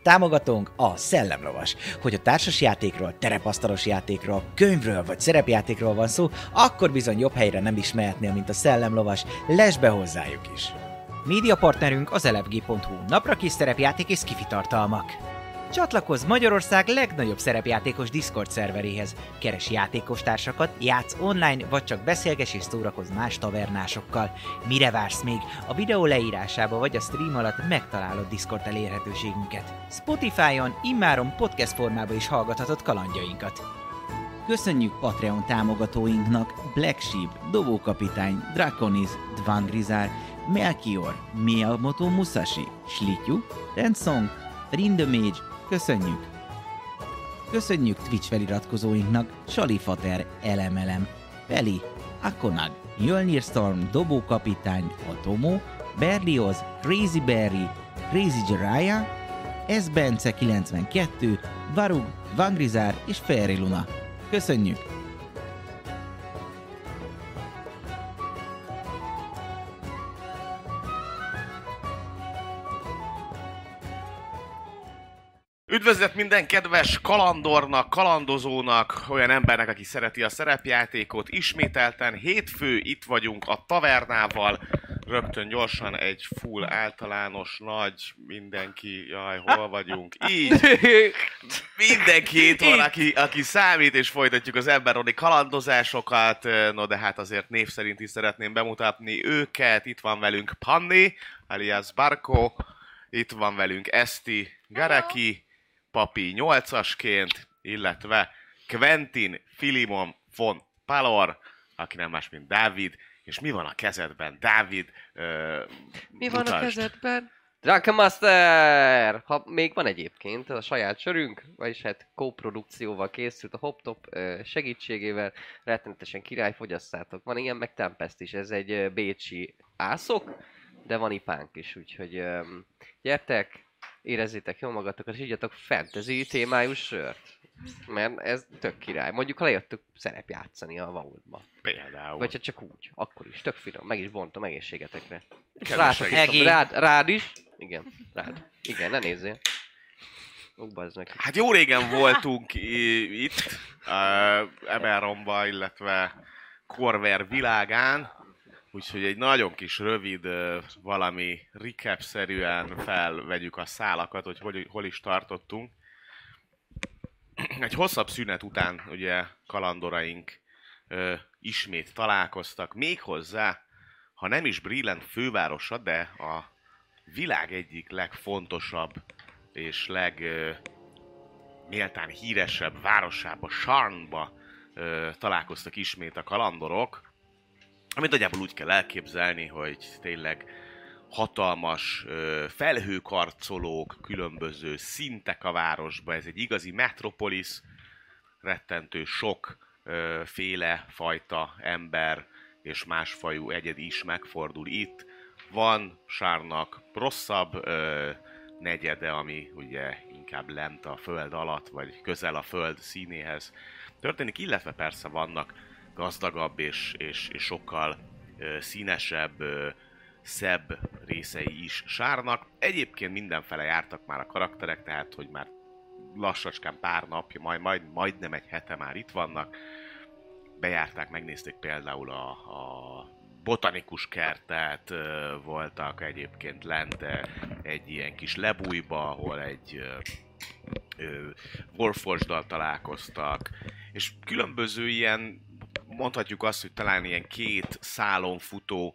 Támogatónk a Szellemlovas. Hogy a társasjátékról, terepasztalos játékról, könyvről vagy szerepjátékról van szó, akkor bizony jobb helyre nem is mehetnél, mint a Szellemlovas. Lesz be hozzájuk is! Médiapartnerünk az elefg.hu, napra kis szerepjáték és skifi tartalmak. Csatlakozz Magyarország legnagyobb szerepjátékos Discord szerveréhez. Keres játékostársakat, játsz online, vagy csak beszélges és szórakozz más tavernásokkal. Mire vársz még? A videó leírásába vagy a stream alatt megtalálod Discord elérhetőségünket. Spotify-on immáron podcast formában is hallgathatod kalandjainkat. Köszönjük Patreon támogatóinknak Black Sheep, Dobókapitány, Draconis, Dvangrizár, Melchior, Miyamoto Musashi, Slityu, Rensong, Rindemage, köszönjük! Köszönjük Twitch feliratkozóinknak Salifater, Elemelem, Peli, Akonag, Mjölnir Storm, Dobókapitány, Atomo, Berlioz, Crazy Berry, Crazy Jiraiya, S. Bence 92, Varug, Vangrizár és Fairy Luna. Köszönjük! Üdvözlet minden kedves kalandornak, kalandozónak, olyan embernek, aki szereti a szerepjátékot. Ismételten hétfő itt vagyunk a tavernával. Rögtön gyorsan egy full általános, nagy, mindenki, jaj, hol vagyunk? Így! Mindenki itt van, aki számít, és folytatjuk az emberoni kalandozásokat. No de hát azért név szerint is szeretném bemutatni őket. Itt van velünk Panni, alias Barko. Itt van velünk Eszti, Gareki, Papi 8-asként, illetve Quentin Filimon von Palor, aki nem más, mint Dávid. És mi van a kezedben, Dávid? Mi van a kezedben? Drunken Master! Ha még van egyébként a saját sörünk, vagyis hát kóprodukcióval készült a HopTop segítségével, rettenetesen király, fogyasszátok. Van ilyen, meg Tempest is, ez egy bécsi ászok, de van ipánk is, úgyhogy gyertek, érezzétek jól magatokat, és ígyatok fantasy témájú sört. Mert ez tök király. Mondjuk, ha lejöttök szerepjátszani a Vaultba. Például. Vagy csak úgy, akkor is, tök finom, meg is bontom egészségetekre. Rád is? Igen, rád. Igen, ne nézzél. Hát jó régen voltunk itt, Eberronba, illetve Corver világán. Úgyhogy egy nagyon kis rövid, valami recap-szerűen felvegyük a szálakat, hogy hol is tartottunk. Egy hosszabb szünet után ugye kalandoraink ismét találkoztak, méghozzá, ha nem is Brillant fővárosa, de a világ egyik legfontosabb és legméltán híresebb városába, Sharnba találkoztak ismét a kalandorok. Amit nagyjából úgy kell elképzelni, hogy tényleg hatalmas felhőkarcolók, különböző szintek a városba. Ez egy igazi metropolis, rettentő sok féle fajta ember és másfajú egyedi is megfordul itt. Van Sharnnak rosszabb negyede, ami ugye inkább lent a föld alatt, vagy közel a föld színéhez történik, illetve persze vannak gazdagabb és sokkal színesebb, szebb részei is Sharnnak. Egyébként mindenfele jártak már a karakterek, tehát hogy már lassacskán pár napja, majdnem egy hete már itt vannak. Bejárták, megnézték például a botanikus kertet, voltak egyébként lent egy ilyen kis lebújba, ahol egy Warforged-dal találkoztak, és különböző ilyen, mondhatjuk azt, hogy talán ilyen két szálon futó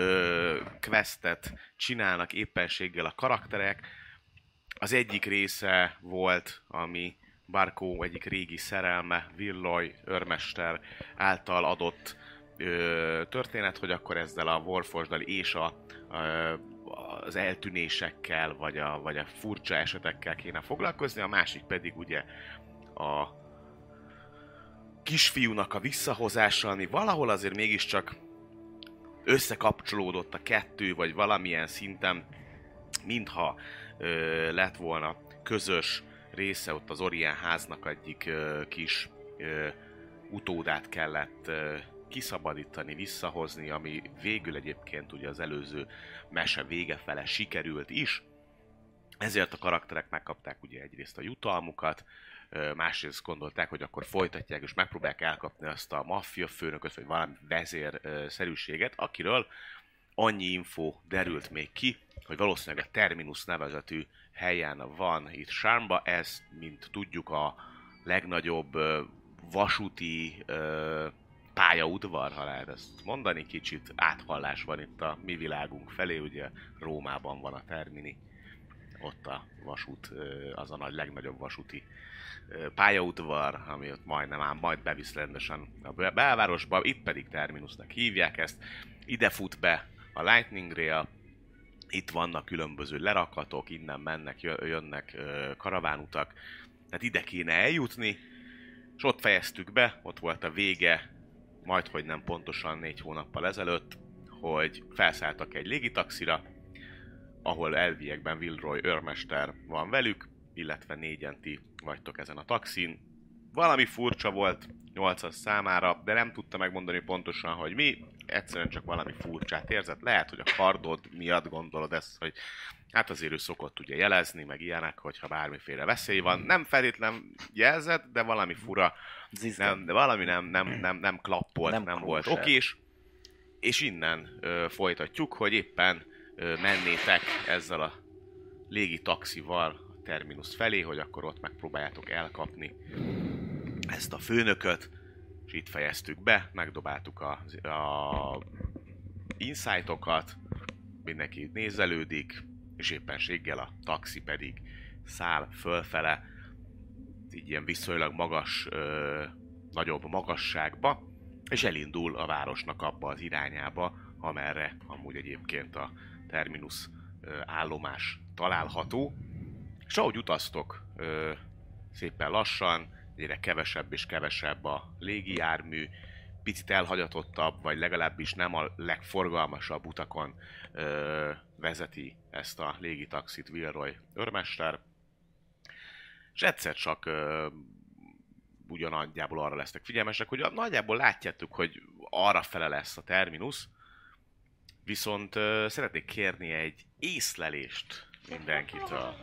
questet csinálnak éppenséggel a karakterek. Az egyik része volt, ami Barkó egyik régi szerelme, Villoy őrmester által adott történet, hogy akkor ezzel a Warforged-dal és az eltűnésekkel, vagy a furcsa esetekkel kéne foglalkozni, a másik pedig ugye a kisfiúnak a visszahozása, ami valahol azért mégiscsak összekapcsolódott a kettő, vagy valamilyen szinten, mintha lett volna közös része, ott az Orien háznak egyik kis utódát kellett kiszabadítani, visszahozni, ami végül egyébként ugye az előző mese vége fele sikerült is. Ezért a karakterek megkapták ugye egyrészt a jutalmukat, másrészt gondolták, hogy akkor folytatják és megpróbálják elkapni azt a maffia főnököt, vagy valami vezérszerűséget, akiről annyi info derült még ki, hogy valószínűleg a Terminus nevezetű helyen van itt Sharnba. Ez, mint tudjuk, a legnagyobb vasúti pályaudvar, ha lehet ezt mondani, kicsit áthallás van itt a mi világunk felé, ugye Rómában van a Termini, ott a vasút, az a legnagyobb vasúti pályaudvar, ami ott majd bevisz rendesen a belvárosba, itt pedig Terminusnak hívják ezt. Ide fut be a Lightning Rail, itt vannak különböző lerakatok, innen mennek, jönnek karavánutak, tehát ide kéne eljutni, és ott fejeztük be, ott volt a vége, majdhogy nem pontosan 4 hónappal ezelőtt, hogy felszálltak egy légitaxira, ahol elviekben Wilroy őrmester van velük, illetve 4-en ti vagytok ezen a taxin. Valami furcsa volt 8-as számára, de nem tudta megmondani pontosan, hogy mi. Egyszerűen csak valami furcsát érzett. Lehet, hogy a kardod miatt gondolod ezt, hogy hát azért ő szokott ugye jelezni, meg ilyenek, hogyha bármiféle veszély van. Nem feltétlen jelzett, de valami fura, de valami nem klappolt, nem volt okés. És innen folytatjuk, hogy éppen mennétek ezzel a légi taxival a Terminus felé, hogy akkor ott megpróbáljátok elkapni ezt a főnököt, és itt fejeztük be, megdobáltuk a insightokat, mindenki nézelődik, és éppenséggel a taxi pedig száll fölfele, így ilyen viszonylag magas, nagyobb magasságba, és elindul a városnak abba az irányába, amerre amúgy egyébként a Terminus állomás található. És ahogy utaztok szépen lassan, egyre kevesebb és kevesebb a légijármű, picit elhagyatottabb, vagy legalábbis nem a legforgalmasabb utakon vezeti ezt a légitaxit Wilroy őrmester. És egyszer csak ugyanadjából arra lesznek figyelmesek, hogy nagyjából látjátok, hogy arra fele lesz a Terminus, viszont szeretnék kérni egy észlelést mindenkitől.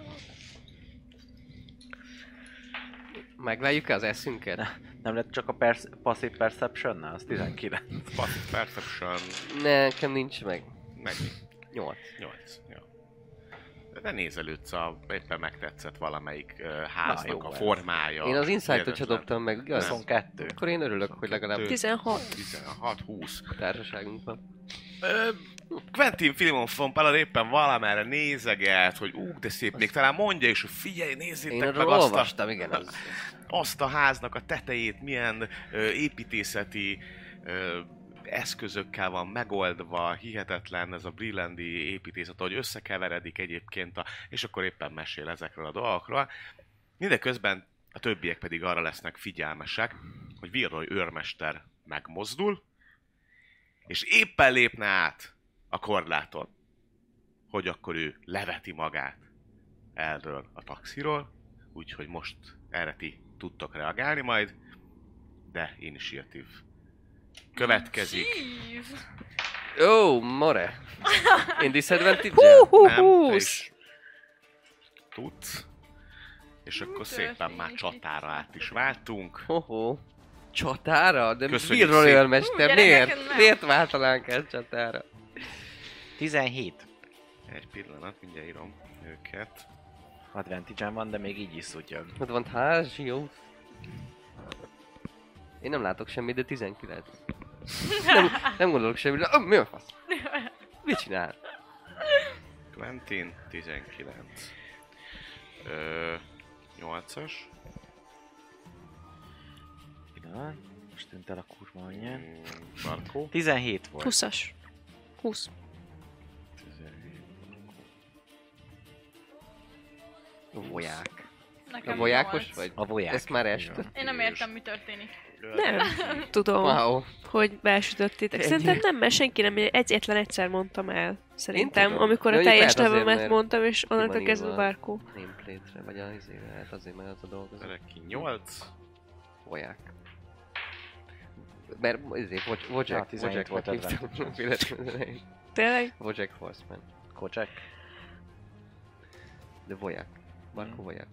Megveljük az eszünket? Nem lett csak a Passive Perception-nál? Az 19. Passive Perception... Nekem nincs meg. Mennyi? 8. 8, jó. De nézelődsz, éppen megtetszett valamelyik háznak a formája. Én az Insight-ot se dobtam meg, igaz? 22. Akkor én örülök, hogy legalább 16. 20. társaságunk van. Quentin Filimon von Pallor éppen valamerre nézeget, hogy de szép, még talán mondja is, hogy figyelj, nézzétek Én meg arról olvastam, igen. azt a háznak a tetejét, milyen építészeti eszközökkel van megoldva, hihetetlen ez a Brillandi építészet, ahogy összekeveredik egyébként, és akkor éppen mesél ezekről a dolgokról. Mindeközben a többiek pedig arra lesznek figyelmesek, hogy Wilroy őrmester megmozdul, és éppen lépne át a korláton, hogy akkor ő leveti magát erről a taxiról, úgyhogy most erre ti tudtok reagálni majd, de initiatív következik. Ó, more! Én disadvantage-el? Nem, te is tudsz. És akkor szépen már csatára át is váltunk. Hoho. Csatára? De Köszönjük Wilroy szépen. őrmester, miért váltanánk el csatára? 17. Egy pillanat, mindjárt írom őket. Advantage-en van, de még így is szutyan. Advantage, jó. Én nem látok semmit, de 19. nem gondolok semmit, de mi a fasz? Mit csinál? Quentin 19. 8-as. Pillanat. Most tűnt el a kurva anyján. Markó. 17 volt. 20-as. 20. 17. Voják. Nekem A vojákos 8. vagy? A voják. Ezt már este. Én nem értem, mi történik. Nem tudom, Wow. hogy belsütöttétek. Ennyi. Szerintem nem, mert senki nem, egyetlen egyszer mondtam el. Szerintem, tudom. amikor a Mondjuk teljes lehet azért, nevemet mert mondtam, és van onnantól kezdve írva. Bárkó. Nameplate-re, vagy az izére, hát azért meg az a dolgozó. Ki 8. Voják. Mert ezért Wojak 17 volt hívtam véletlenül. Tényleg? Wojak Horseman. Kocsek. De Voják. Barkó Voják.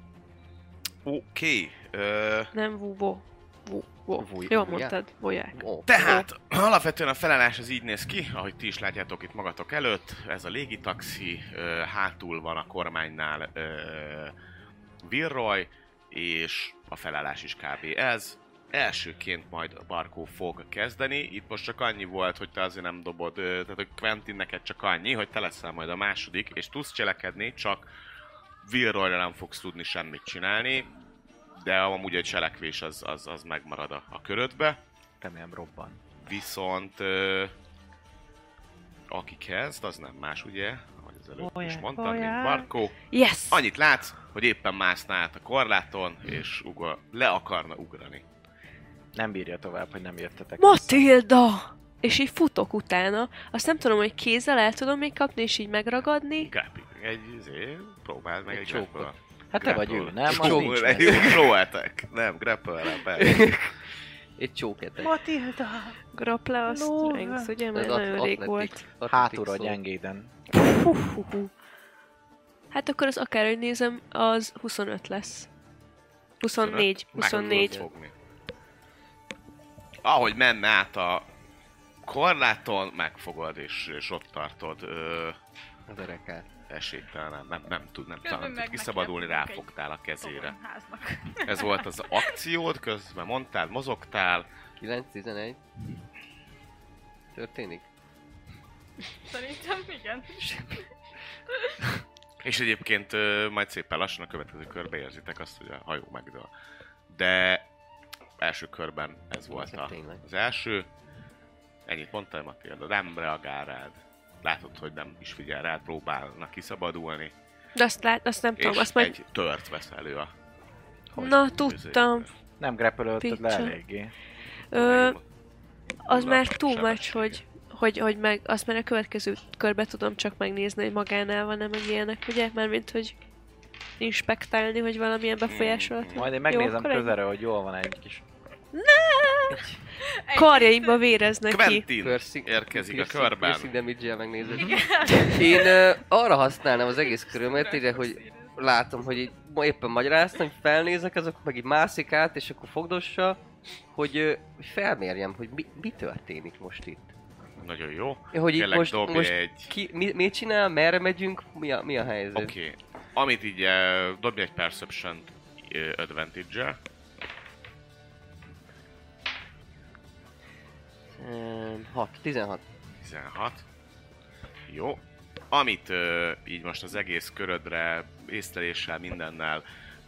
Oké. Nem Vuvo. Vuj- Jól Vuják? mondtad, Voják. Ó, Tehát alapvetően a felállás az így néz ki, ahogy ti is látjátok itt magatok előtt. Ez a légitaxi, hátul van a kormánynál Vilroy, és a felállás is kb. Ez. Elsőként majd Barkó fog kezdeni. Itt most csak annyi volt, hogy te azért nem dobod, tehát hogy Quentin neked csak annyi, hogy te leszel majd a második, és tudsz cselekedni, csak Vilroyra nem fogsz tudni semmit csinálni, de amúgy egy cselekvés az megmarad a körödbe. Remélem robban. Viszont aki kezd, az nem más, ugye? Ahogy az előbb is mondtam, mint Barkó. Yes! Annyit látsz, hogy éppen mászna át a korláton, és le akarna ugrani. Nem bírja tovább, hogy nem jöttetek. Matilda! És így futok utána. Azt nem tudom, hogy kézzel el tudom még kapni, és így megragadni. Grappling. Próbáld meg egy csókot. grapple. Hát te vagy ő, nem? Az Csók- nincs Egy meg. jó pro attack. Nem, grapple-re, persze. Egy csóket. Matilda! Grapple a strength, ugye? Mert nagyon rég volt. Hátulra gyengéden. Hú. Hát akkor az akárhogy nézem, az 25 lesz. 24. Meg 24. tudod fogni. Ahogy menne át a korláton, megfogod és ott tartod. Az erekát. Esélytelen, nem tud Közben meg kiszabadulni, nekiadunk ráfogtál a kezére. Toronyháznak. Ez volt az akciód, közben mondtál, mozogtál. 9-11. Történik? Szerintem igen. És egyébként majd szépen lassan a következő körbe érzitek azt, hogy a hajó megdől. De első körben ez volt az első. Ennyit mondtál, Matilda, nem reagál rád. Látod, hogy nem is figyel rád, próbálnak kiszabadulni. De azt nem tudom, És azt majd... egy tört vesz elő a... Na, tudtam. Nem grapple-ölted le Picsa. eléggé. Az Na, már too much, sebessége. hogy meg... Azt már a következő körbe tudom csak megnézni, hogy magánál van-e meg ilyenek, ugye? Mármint, hogy inspektálni, hogy valamilyen befolyásolat. Majd én megnézem akkor egy- közelről, hogy jól van egy kis... Karjaimba véreznek ki. Quentin érkezik a körben. Piercing damage-jel megnézed. Én arra használnám az egész körömet, ide, hogy látom, hogy így éppen magyaráztam, hogy felnézek, azok meg így mászik át, és akkor fogdossa, hogy felmérjem, hogy mi történik most itt. Nagyon jó. Hogy itt Kérlek, most dobj egy... mit csinál, merre megyünk, mi a helyzet? Oké. Amit így dobj egy Perception advantage-el. 16. 16. Jó. Amit így most az egész körödre, észleléssel, mindennel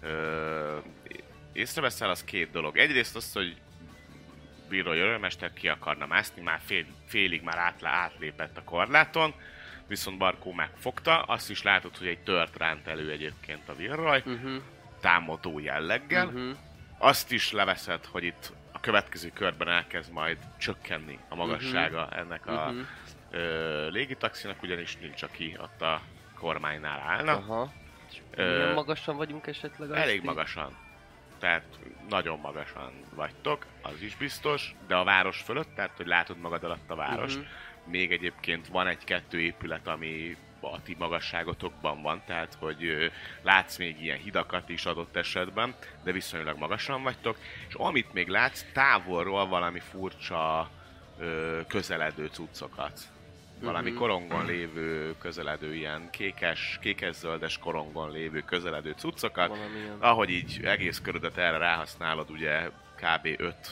észreveszel, az két dolog. Egyrészt az, hogy Vilroy örömester ki akarna mászni, már félig már átlépett a korláton, viszont Barkó megfogta, azt is látod, hogy egy tört ránt elő egyébként a Vilroy, támadó jelleggel. Azt is leveszed, hogy itt a következő körben elkezd majd csökkenni a magassága ennek a légitaxinak, ugyanis nincs, aki ott a kormánynál állna. Aha. Milyen magasan vagyunk esetleg? Elég magasan. Tehát nagyon magasan vagytok, az is biztos, de a város fölött, tehát hogy látod magad alatt a várost. Még egyébként van egy-kettő épület, ami a ti magasságotokban van, tehát hogy látsz még ilyen hidakat is adott esetben, de viszonylag magasan vagytok, és amit még látsz, távolról valami furcsa közeledő cuccokat. Valami korongon lévő, közeledő ilyen kékes-zöldes korongon lévő közeledő cuccokat. Valamilyen. Ahogy így egész körödet erre ráhasználod, ugye kb.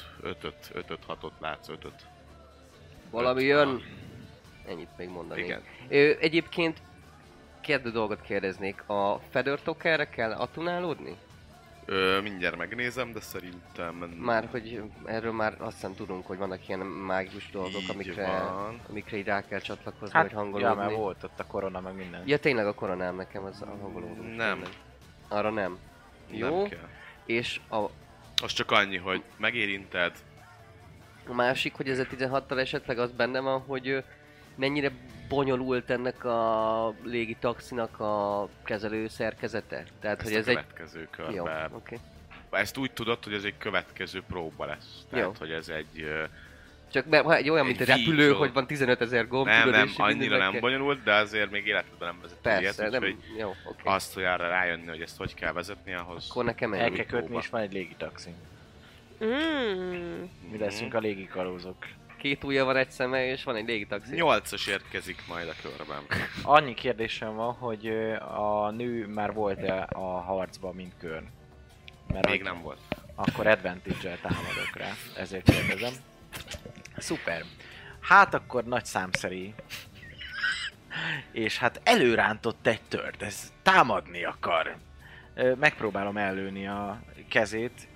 5-6-ot látsz, 5-öt. Valami jön. Ennyit még mondanék. Igen. Egyébként kérdő dolgot kérdeznék. A Feather Talkerre kell attunálódni? Mindjárt megnézem, de szerintem... Már, hogy erről már azt hiszem tudunk, hogy vannak ilyen mágikus dolgok, Így amikre van. így rá kell csatlakozni, Hát, hogy ja, hangolódni. mert volt ott a korona, meg minden. Ja, tényleg a koronám nekem az a hangolódó. Nem. Arra nem. Jó. Nem kell. És Az csak annyi, hogy megérinted, a másik, hogy ez a 16-tal esetleg az benne van, hogy mennyire bonyolult ennek a légitaxinak a kezelő szerkezete? Tehát, ezt hogy a ez egy... következő körbe. Jó, oké. Ezt úgy tudod, hogy ez egy következő próba lesz. Tehát, Jó. hogy ez egy Csak mert egy olyan, mint egy Egy repülő, vízsó. hogy van 15 000 gomb, Nem, tudod, nem, és annyira mindent nem kell- bonyolult, de azért még életedben nem vezettem ilyet, Persze, nem, úgyhogy jó, oké. azt, hogy arra rájönni, hogy ezt hogy kell vezetni, ahhoz... Akkor nekem El ennyi. kell kötni, és van egy légitaxi. Mm. Mi leszünk a légikalózok. 2 ujja van, egy szeme, és van egy légitaxi. 8-as érkezik majd a körben. Annyi kérdésem van, hogy a nő már volt-e a harcban, mint kör? Mert Még hogy nem volt. akkor advantage-el támadok rá, ezért kérdezem. Szuper. Hát akkor nagy számszeri. És hát előrántott egy tört, ez támadni akar. Megpróbálom ellőni a kezét,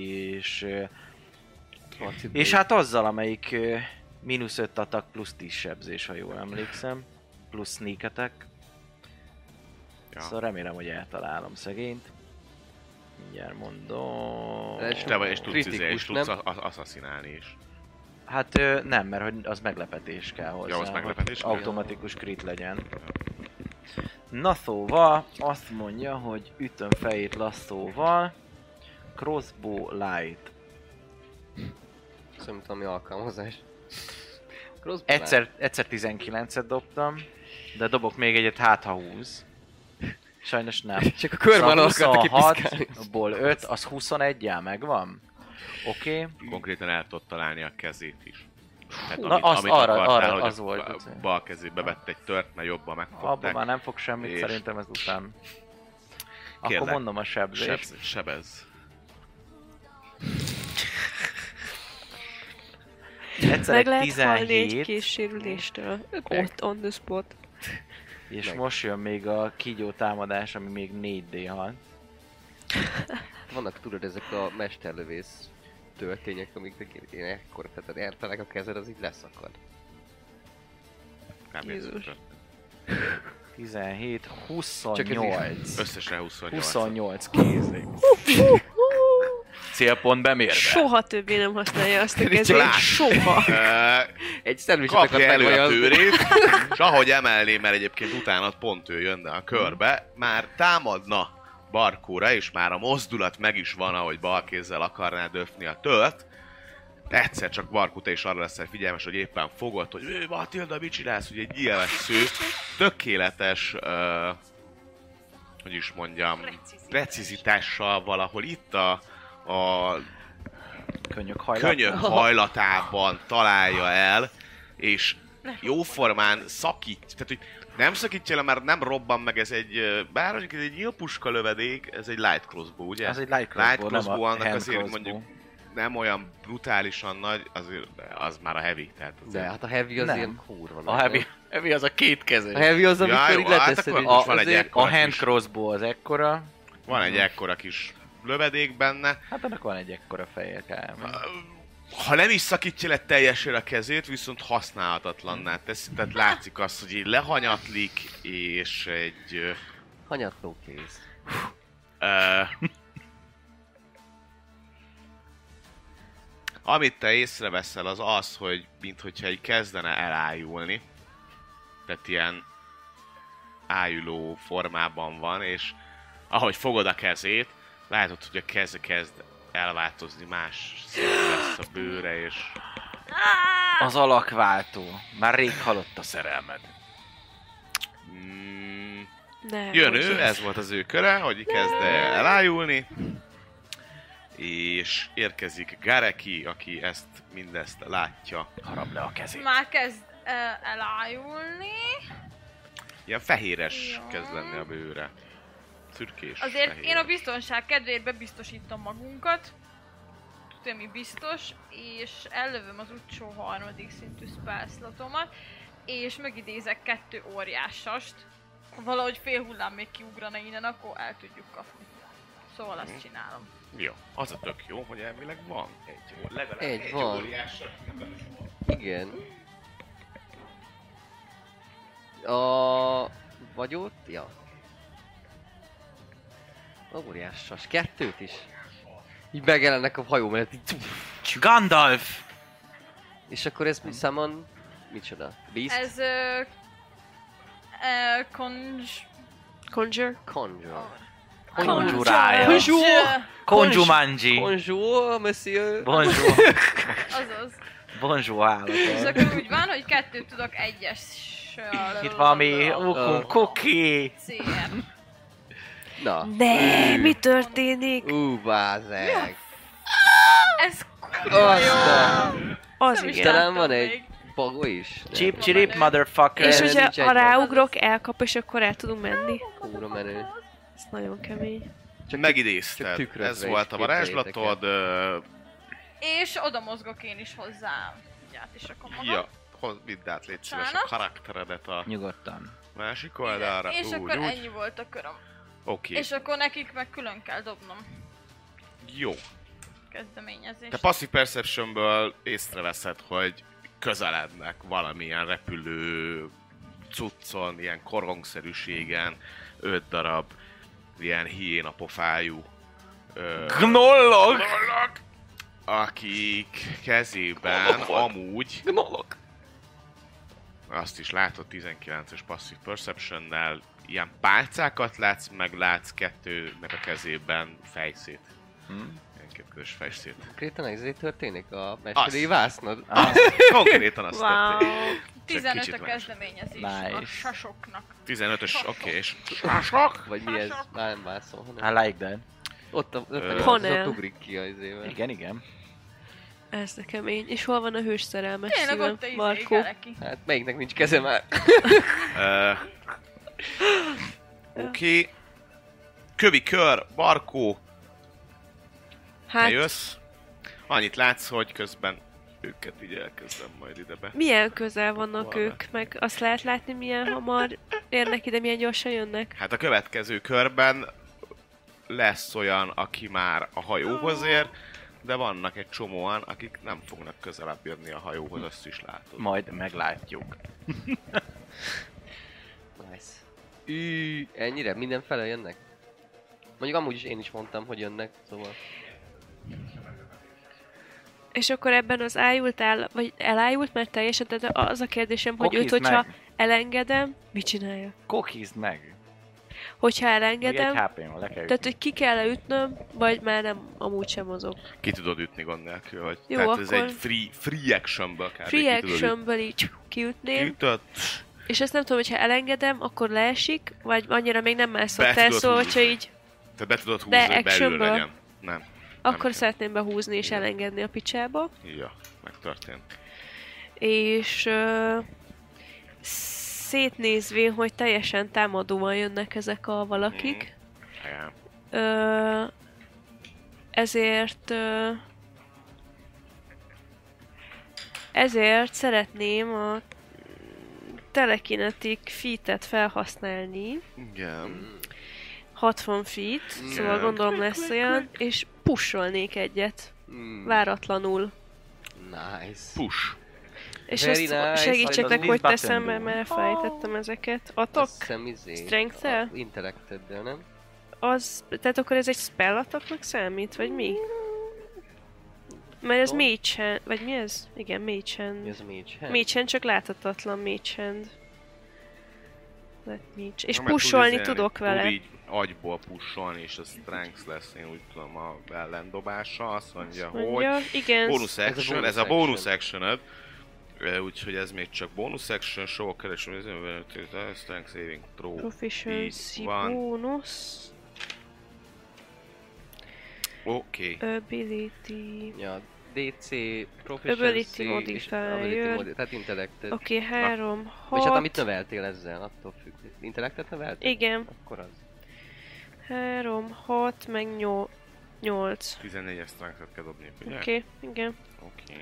és hát azzal, amelyik -5 attack plusz 10 sebzés, ha jól emlékszem. Plusz sneak attack. Ja. Szóval remélem, hogy eltalálom szegényt. Mindjárt mondom... És Te vagy, és tudsz, kritikus, és tudsz nem? asszaszinálni is. Hát nem, mert hogy az meglepetés kell hozzá, Ja, az meglepetés hogy kell. automatikus crit legyen. Na szóval azt mondja, hogy ütöm fejét lasszóval. Crossbow light. Szerintem ami alkalmazás. Crossbow Egyszer 19-et dobtam, de dobok még egyet, hát ha húz. Sajnos nem. Csak a körben akartak kipiszkálni. 26-ból 5, az 21-jel megvan? Oké. Konkrétan el tudod találni a kezét is. Tehát Na, azt arra hogy az a volt, hogy- bal kezébe vett egy tört, mert jobban Abban megfogták. már nem fog semmit, És- szerintem ez után. Akkor Kérlek, mondom a sebzést. Sebez. Egyszer Meg egy lehet halni egy 17, kis sérüléstől. Meg. Ott on the spot. és meg. most jön még a kígyó támadás, ami még 4D6. Vannak tudod ezek a mesterlövész töltények, amiknek én ekkor, tehát értelek a kezed, az így leszakad. Kb. Jézus. 17, Csak 28. Összesen 28. 28 kézig. Célpont bemérve. Soha többé nem használja azt a kezét. Lát. Soha. Egy szendvicset Kapja elő a megvajazni. tőrét, és ahogy emelné, mert egyébként utána pont ő jönne a körbe, már támadna Barkóra, és már a mozdulat meg is van, ahogy bal kézzel akarná döfni a tört. Egyszer csak Barkó, te is arra leszel figyelmes, hogy éppen fogod, hogy Matilda, mit csinálsz, hogy egy ilyenesző, tökéletes, hogy is mondjam, precizitással valahol itt a Könyök hajlat. könyök hajlatában találja el, és jóformán szakít, tehát hogy nem szakítja le, mert nem robban meg, ez egy, bár mondjuk ez egy nyílpuska lövedék, ez egy light crossbow, ugye? Ez egy light crossbow, nem a annak hand azért crossbow. mondjuk nem olyan brutálisan nagy, azért az már a heavy, tehát azért. De hát a heavy az Nem. ilyen kurva A nagy, heavy az a két kezes. A heavy az, amikor Ja, jó, így hát leteszed, akkor és most van egy azért- ekkora A hand kis- crossbow az ekkora. Van egy ekkora kis lövedék benne. Hát annak van egy ekkora feje kb. Ha nem is szakítja le teljesen a kezét, viszont használhatatlanná teszi, tehát látszik az, hogy így lehanyatlik, és egy... Hanyatló kéz. Amit te észreveszel az az, hogy minthogyha egy kezdene elájulni, tehát ilyen ájuló formában van, és ahogy fogod a kezét, látod, hogy a keze kezd elváltozni, más színű lesz a bőre, és Az alakváltó. Már rég halott a szerelmed. mm, Ne, jön bocs. ő, ez volt az ő köre, hogy kezd elájulni, és érkezik Gareki, aki ezt mindezt látja. Harap le a kezét. Már kezd elájulni. Ilyen fehéres Jó. kezd lenni a bőre. Szürkés. Azért fehér. én a biztonság kedvéért bebiztosítom magunkat. Tudja, mi biztos. És ellövöm az utcsó harmadik szintű spellslotomat. És megidézek 2 óriásast. Ha valahogy fél hullám még kiugrana innen, akkor el tudjuk kapni. Szóval azt csinálom. Jó, az a tök jó, hogy elvileg van egy, legalább Egy van. óriás. Igen. Vagy ott? Ja. Óriásas. 2 is. Így megjelennek a hajó mellett. Így, Gandalf! és akkor ez mi summon? Micsoda? Beast? Ez Conjure. Conjure. Conjurája. Conjure. Conjumanji. Bonjour, monsieur. Bonjour. Azaz. Bonjour állat. És akkor úgy van, hogy 2 tudok egyes... Itt valami cookie. CR. Na. Ne, mi történik? Bázeg. Ez kurva jó! Az Nem is igen. Talán van láttam egy még. bagó is. Chip chirip motherfucker. És Erre hogyha nincs egy ha van. ráugrok, elkap, és akkor el tudunk menni. Kúra menő. Ez nagyon kemény. csak Megidézted. tükrözve Ez is volt a varázslatod. És oda mozgok én is hozzá. Ugye át is rakom magam. Ja, vidd át, légy szíves a Bocsánat. karakteredet a Nyugodtan. másik oldalra. És akkor úgy. ennyi volt a köröm. Oké, És akkor nekik meg külön kell dobnom jó. kezdeményezést. Te Passive Perceptionből észreveszed, hogy közelednek valamilyen repülő cuccon, ilyen korongszerűségen, 5 darab ilyen hiéna pofájú Gnollok! akik kezében amúgy azt is látod 19-es Passive Perceptionnel, ilyen pálcákat látsz, meg látsz 2-nek a kezében fejszét. Ilyen 2 közös fejszét. Konkrétan ezért történik a mesteri Az. vásznod? Konkrétan azt Wow. tették. 15 kicsit a más. kezdeményezés a Nice. sasoknak. 15-ös, oké, és Vagy mi ez? Már nem vászol, I hanem... like that. Honel. Ott ugrik ki az izével. Igen, igen. Ez de kemény. És hol van a hős szerelmes Tényleg szívem, ott a Markó? Galeki. Hát melyiknek nincs keze már? Oké. Kövi kör, Barkó, te Hát, jössz. Annyit látsz, hogy közben őket így elkezdem majd idebe. milyen közel vannak Hol ők? Meg azt lehet látni, milyen hamar érnek ide, milyen gyorsan jönnek? Hát a következő körben lesz olyan, aki már a hajóhoz ér, de vannak egy csomóan, akik nem fognak közelebb jönni a hajóhoz, azt is látod. Majd meglátjuk. Nice. Ennyire? Mindenfele jönnek? Mondjuk amúgy is én is mondtam, hogy jönnek, szóval... És akkor ebben az ájult áll, vagy elájult már teljesen, tehát az a kérdésem, hogy őt, Kokizd hogyha meg. elengedem, mit csinálja? Kokizd meg. Hogyha Még egy elengedem, HP-n le kell tehát hogy ki kell ütnöm, vagy már nem, amúgy sem mozog. Ki tudod ütni gond nélkül, hogy Jó, tehát ez akkor- egy free actionből kell. Free actionből így kiütném, Kiütött, és azt nem tudom, hogyha elengedem, akkor leesik, vagy annyira még nem mászott Be el, tudod szóval, húzni. hogyha így, te be tudod húzni, De hogy belül actionből? legyen. Nem. akkor kell. szeretném behúzni és Igen. elengedni a picsába. Ja, megtörtént. És szétnézvén, hogy teljesen támadóan jönnek ezek a valakik, Igen. Ö, ezért szeretném a telekinetic feet-et felhasználni, Igen. 60 feet, szóval gondolom lesz olyan, és pusolnék egyet, váratlanul. Nice. Push. És Very ezt nice. segítsétek, Az hogy button teszem, mert do. már elfelejtettem ezeket. Atok? Azt hiszem Strength-el? Intellected-del, nem? Az, tehát akkor ez egy spell attacknak számít, vagy mi? Mert ez Tudom. mage hand, vagy mi ez? Igen, mage hand. Mi az a mage hand? Mage hand, csak láthatatlan mage hand. Let mage. És Na, meg pusolni tudod tudok tud vele. így agyból pusolni, és a strength lesz, én úgy tudom, a ellendobása. Azt mondja, hogy Mondja, igen. bonus Ez a action, bonus ez a bonus action. actioned. Úgyhogy ez még csak bonus action, soha keresem, strength saving throw. Proficiency Így van. bónusz. Oké. Ability. Ja, DC, Proficiency Ability és modifier. Ability tehát Intellected. Oké, 3, Vagy hát 6. amit növeltél ezzel, attól függ. Intellectet növeltél? Igen. Akkor az. 3, 6, meg 8. 14-es strength-et kell dobni, ugye? Oké, igen. Oké.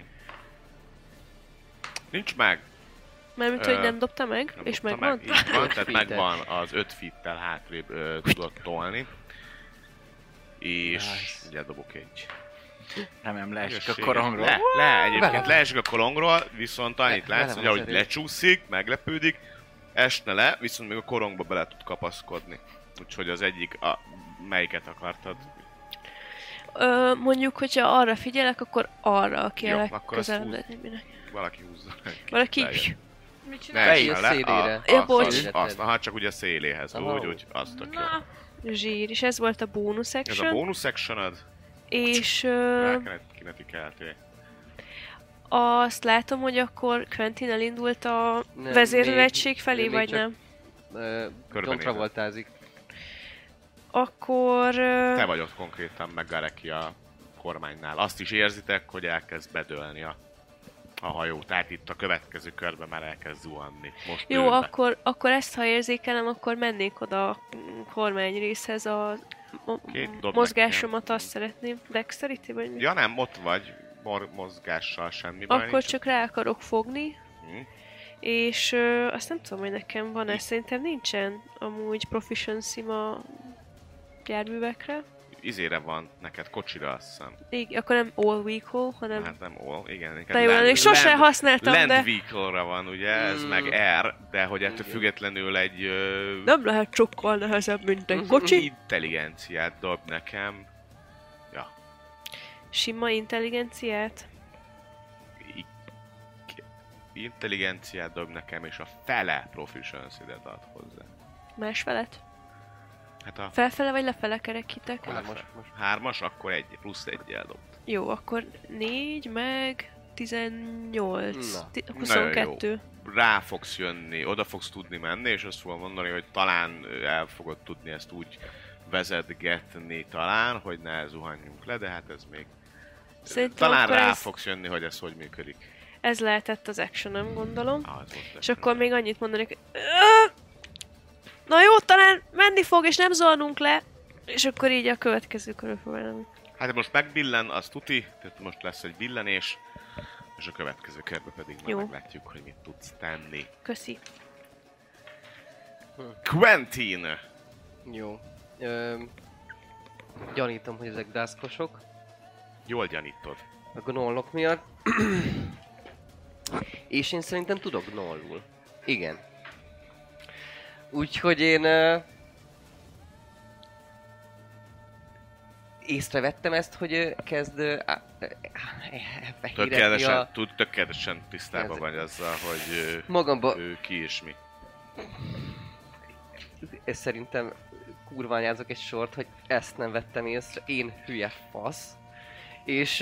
Nincs meg. Mármint, hogy nem dobta meg, Nem és dobta megvan? meg. Így van, tehát Feet-et. megvan az 5 feet-tel hátrébb tudod tolni. És Nice. ugye dobok egy. Remélem leesik a Ügyességet. korongról. Egyébként Vele. leesik a kolongról, viszont annyit Vele látsz, van hogy ahogy az erő. lecsúszik, meglepődik, esne le, viszont még a korongba bele tud kapaszkodni. Úgyhogy az egyik, melyiket akartad? Mondjuk, hogyha arra figyelek, akkor arra, aki Jó, a akkor azt legközelebb húz. lehet minek. Valaki húzza meg. Valaki Lejjebb. Mit Ne csinál? Fejű essen le, szélére. Ja, bocs. Aha, csak ugye a széléhez, Aha. úgy, az tök jó. Na, Zsír, és ez volt a bonus Ez a action, bonus actioned, és rá kellett kinetikálni. Azt látom, hogy akkor Quentin elindult a Nem, vezérlőegység felé, még vagy csak- nem? John Travoltázik. Akkor... Te vagy ott konkrétan, meg Gareki a kormánynál. Azt is érzitek, hogy elkezd bedőlni a hajó. Tehát itt a következő körben már elkezd zuhanni. Most Jó, dől be. akkor ezt ha érzékelem, akkor mennék oda a kormány részhez a Dobd mozgásomat, nekem. azt szeretném. Dexterity vagy mi? Ja nem, ott vagy. Mozgással semmi baj Akkor nincs. csak rá akarok fogni, Hm. és azt nem tudom, hogy nekem van-e, szerintem nincsen amúgy proficiency a járművekre. Izére van neked, kocsira azt hiszem. Igen, akkor nem all vehicle, hanem... Hát nem all, igen. de jó, még sosem használtam, land de... vehicle-ra van ugye, ez meg R, de hogy ettől függetlenül egy Nem lehet sokkal nehezebb, mint egy kocsi. intelligenciát dob nekem. Ja, Sima intelligenciát. intelligenciát dob nekem, és a fele proficiency-det ad hozzá. Másfelet? Hát a Felfele vagy lefele kerekítek? hármas, akkor egy, plusz egyel dobt. Jó, akkor 4 meg 18. Na. 22. Rá fogsz jönni, oda fogsz tudni menni, és azt fogom mondani, hogy talán el fogod tudni ezt úgy vezetgetni talán, hogy ne zuhanjunk le, de hát ez még... Szerintem Talán akkor rá ez, fogsz jönni, hogy ez hogy működik. ez lehetett az actionem, gondolom. Az volt És akkor még annyit mondanék, hogy... Na jó, talán menni fog, és nem zolnunk le. És akkor így a következő körül próbálom. Hát most megbillen, az tuti, tehát most lesz egy billenés, és a következő körben pedig majd Jó. meglátjuk, hogy mit tudsz tenni. Köszi. Quentin! Jó. Gyanítom, hogy ezek dászkosok. Jól gyanítod. A gnollok miatt. És én szerintem tudok gnollul. Igen. Úgyhogy én... észrevettem ezt, hogy kezd... Tökéletesen, tökéletesen tisztában Ez- vagy azzal, hogy Magamba... ő ki és mi. Ez szerintem kurványázok egy sort, hogy ezt nem vettem észre. Én hülye fasz. És...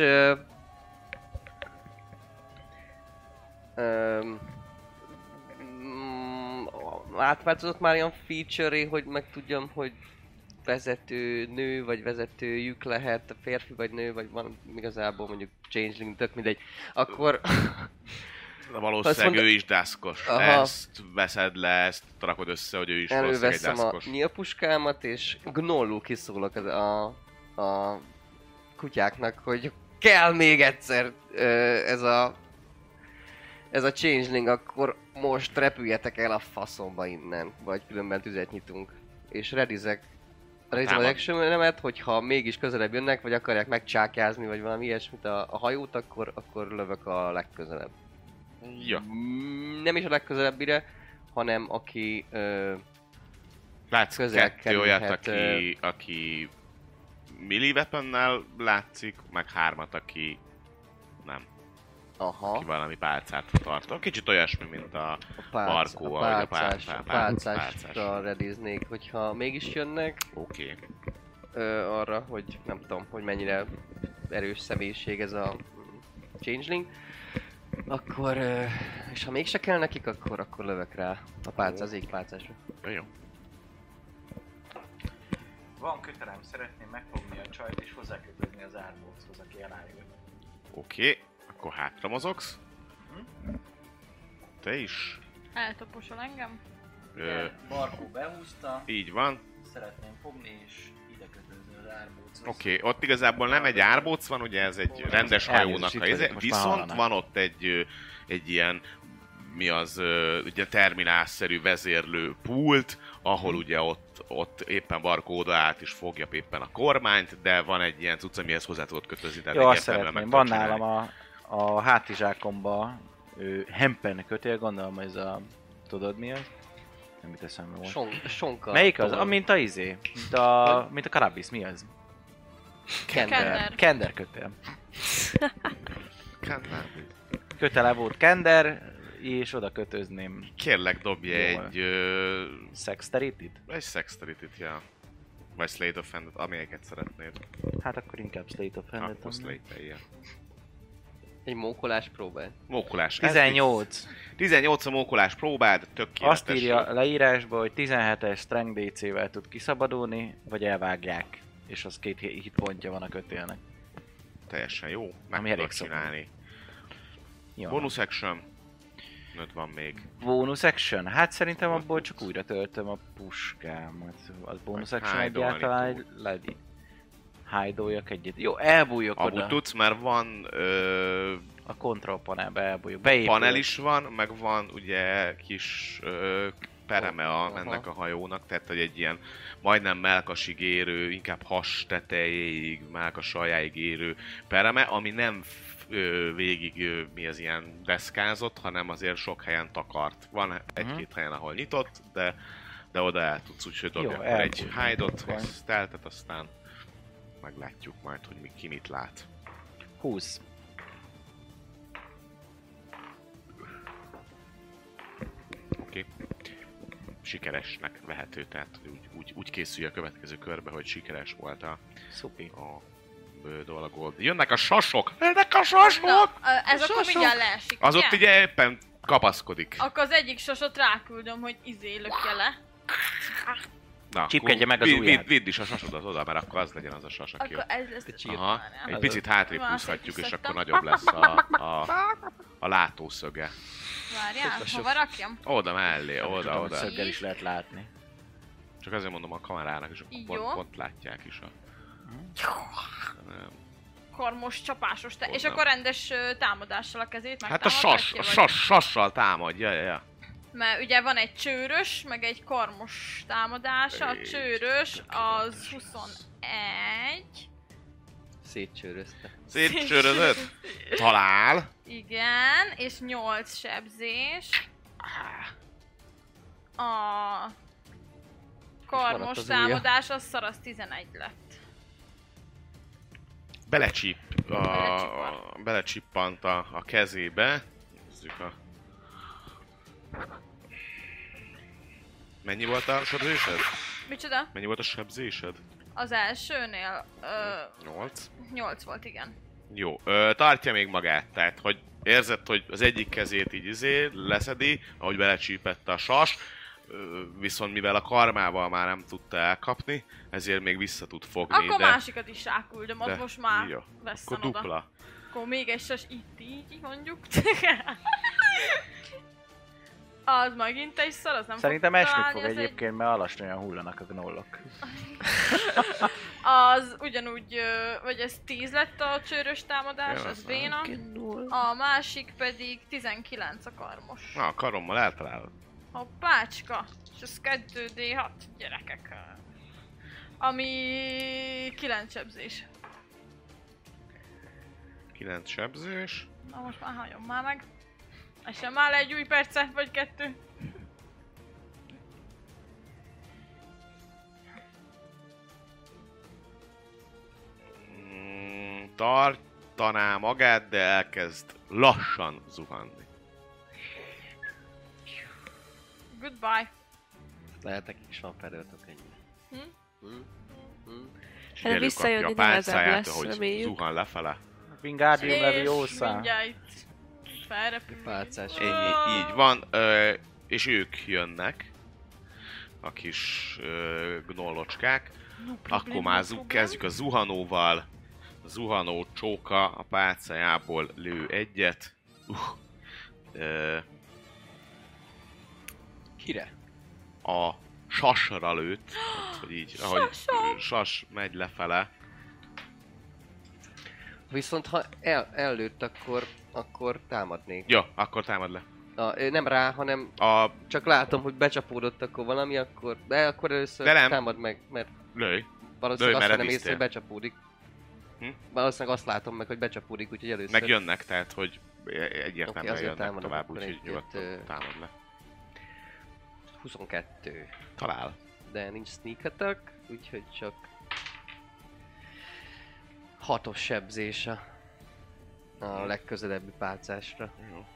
átváltozott már olyan feature-é, hogy megtudjam, hogy vezető nő, vagy vezetőjük lehet, a férfi vagy nő, vagy van igazából mondjuk changeling, tök mindegy. Akkor... De valószínűleg mondta- ő is dászkos. Aha. Ezt veszed le, ezt rakod össze, hogy ő is valószínűleg egy előveszem a dászkos. nyílpuskámat, és gnollul kiszólok a kutyáknak, hogy kell még egyszer ez a changeling, akkor most repüljetek el a faszomba innen, vagy különben tüzet nyitunk. És redizek az action-emet, hogyha mégis közelebb jönnek, vagy akarják megcsákjázni, vagy valami ilyesmit a hajót, akkor lövök a legközelebb. Ja. Nem is a legközelebbire, hanem aki Látsz közel kettő olyat, kerülhet, aki melee weaponnel látszik, meg hármat, aki nem. aha, Aki valami pálcát tart. Kicsit olyasmi, mint a Markó, a ahogy a pálcásra pálcás. rediznék, hogyha mégis jönnek Oké. arra, hogy nem tudom, hogy mennyire erős személyiség ez a changeling, akkor, és ha mégse kell nekik, akkor lövök rá a pálca, az égpálcásra. Jó. Van kötelem, szeretném megfogni a csajt és hozzákötődni az árbóchoz, aki elájult. Oké. Akkor hátra mozogsz. Te is. Eltaposol engem. Barkó behúzta, Így van. szeretném fogni és ide kötődni az árbóchoz. Oké, ott igazából nem egy árbóc van, ugye ez egy rendes hajónak a Elnézést, izé, most már viszont hallanak. van ott egy ilyen, mi az, ugye terminálszerű vezérlő pult, ahol ugye ott éppen Barkó odaállt és fogja éppen a kormányt, de van egy ilyen cucc, amihez hozzá tudod kötözni. tehát Jó, azt egyértelműen szeretném. meg Van tudod nálam csinálni. a hátizsákomba hempen kötél, gondolom ez a... Tudod mi az? Nem mit eszembe volt. Sonka. Melyik az? Mint a izé. Mint a Karabis, mi az? Kender. Kender kötél. Cannabis. Kötele volt Kender, és oda kötözném Kérlek, dobj Jól. egy Sexterity-t. Sexterity-t, ja. Vagy Slate of Hand-et, amelyiket szeretnéd. Hát akkor inkább Slate of Hand-et. Akkor Slate-elje. Egy mókolás próbál. Mókolás. 18. 18 a mókolás próbád, tökéletes. Azt írja a leírásba, hogy 17-es Strength DC-vel tud kiszabadulni, vagy elvágják. És az 2 hit pontja van a kötélnek. Teljesen jó, meg Ami tudod elég szokva. csinálni. Jó. Bonus action. Öt van még. Bonus action? Hát szerintem abból csak újra töltöm a puskámat. Az bonus Meg action hide-olni egyáltalán ledi. Hide-oljak egyet. Jó, elbújok Amúgy oda. tudsz, mert van A control panelbe elbújok. Beépülök. panel is van, meg van ugye kis pereme Aha. ennek a hajónak, tehát hogy egy ilyen majdnem mellkasig érő, inkább has tetejéig, mellkas aljáig érő pereme, ami nem végig mi az ilyen deszkázott, hanem azért sok helyen takart. Van egy-két helyen, ahol nyitott, de oda el tudsz, úgyhogy dobja akkor egy elbújom. hide-ot, Oké. stealth-et, aztán meglátjuk majd, hogy ki mit lát. 20. Oké. Sikeresnek vehető, tehát úgy készülj a következő körbe, hogy sikeres volt a Szupi. dolgod. Jönnek a sasok! Jönnek a sasok! Na, ez akkor mindjárt leesik, Az ugye? ott ugye éppen kapaszkodik. Akkor az egyik sasot ráküldöm, hogy lökje le. Na, Csipkedje akkor meg az ujját. Vidd is a sasodat oda, mert akkor az legyen az a sas, aki Akkor ott. ez lesz. Aha, egy picit hátrébb Már húzhatjuk, és szétszedtem. akkor nagyobb lesz a látószöge. Várjál, hova rakjam? Oda mellé, Tudom, oda. szöggel is lehet látni. Csak azért mondom a kamerának, és akkor Így pont, jó. pont látják is a... Nem. Karmos, csapásos, és Onnan. akkor rendes támadással a kezét Hát a megtámadhatja, vagy? sassal támadja, ja. Mert ugye van egy csőrös, meg egy karmos támadása. A Egy, csőrös az 21. Szétcsőrözte. Szétcsörözött? Talál. Igen, és 8 sebzés. A maradt karmos az ujja. támadás az szarasz 11 lett. Belecsippant a kezébe. Nézzük a... Mennyi volt a sebzésed? Micsoda? Mennyi volt a sebzésed? Az elsőnél 8. 8 volt, igen. Jó, tartja még magát, tehát hogy érzed, hogy az egyik kezét így leszedi, ahogy belecsípett a sas, viszont mivel a karmával már nem tudta elkapni, ezért még vissza tud fogni, Akkor de... másikat is ráküldöm, ott most már Jó, veszem akkor oda. dupla. Akkor még egy sas itt így mondjuk. Az megint egy szar, az nem Szerintem fog esni találni, fog az egyébként, mert alacsonyan hullanak a gnollok. Az ugyanúgy, vagy ez 10 lett a csőrös támadás, Jó, az az béna. Null. A másik pedig 19 a karmos. Na, a karommal eltalálod. Hoppácska! És ez 2D6, gyerekek. Ami 9 sebzés. 9 sebzés. Na most már hagyom már meg. Essen már le egy új perce, vagy 2. Tartaná magát, de elkezd lassan zuhanni. Goodbye. Lehet nekik is van felöltök ennyi. Figyelünk visszajönni a nehezebb páncáját, lesz, ahogy reméljük. zuhan lefele. Wingardium És Leviosa. mindjárt itt felrepül. Pálcás. Így van, és ők jönnek, a kis gnollocskák. Akkor már kezdjük a zuhanóval. A zuhanó csóka a pálcájából lő egyet. Kire? A sasra lőtt, hát, hogy így, ahogy sas megy lefele. Viszont ha ellőtt, akkor támadnék. Ja, akkor támad le. Nem rá, hanem csak látom, hogy becsapódott akkor valami, de akkor először De nem. támad meg, mert Lőj. valószínűleg Lőj, azt merre nem észre, hogy visztél. becsapódik. Hm? Valószínűleg azt látom meg, hogy becsapódik, úgyhogy először... Meg jönnek, tehát hogy egyértelműen Oké, azért jönnek támadom tovább, akkor úgyhogy egyet, nyugodtan támad le. 22. Talál. De nincs sneak attack, úgyhogy csak 6-os sebzés a legközelebbi pálcásra. Jó.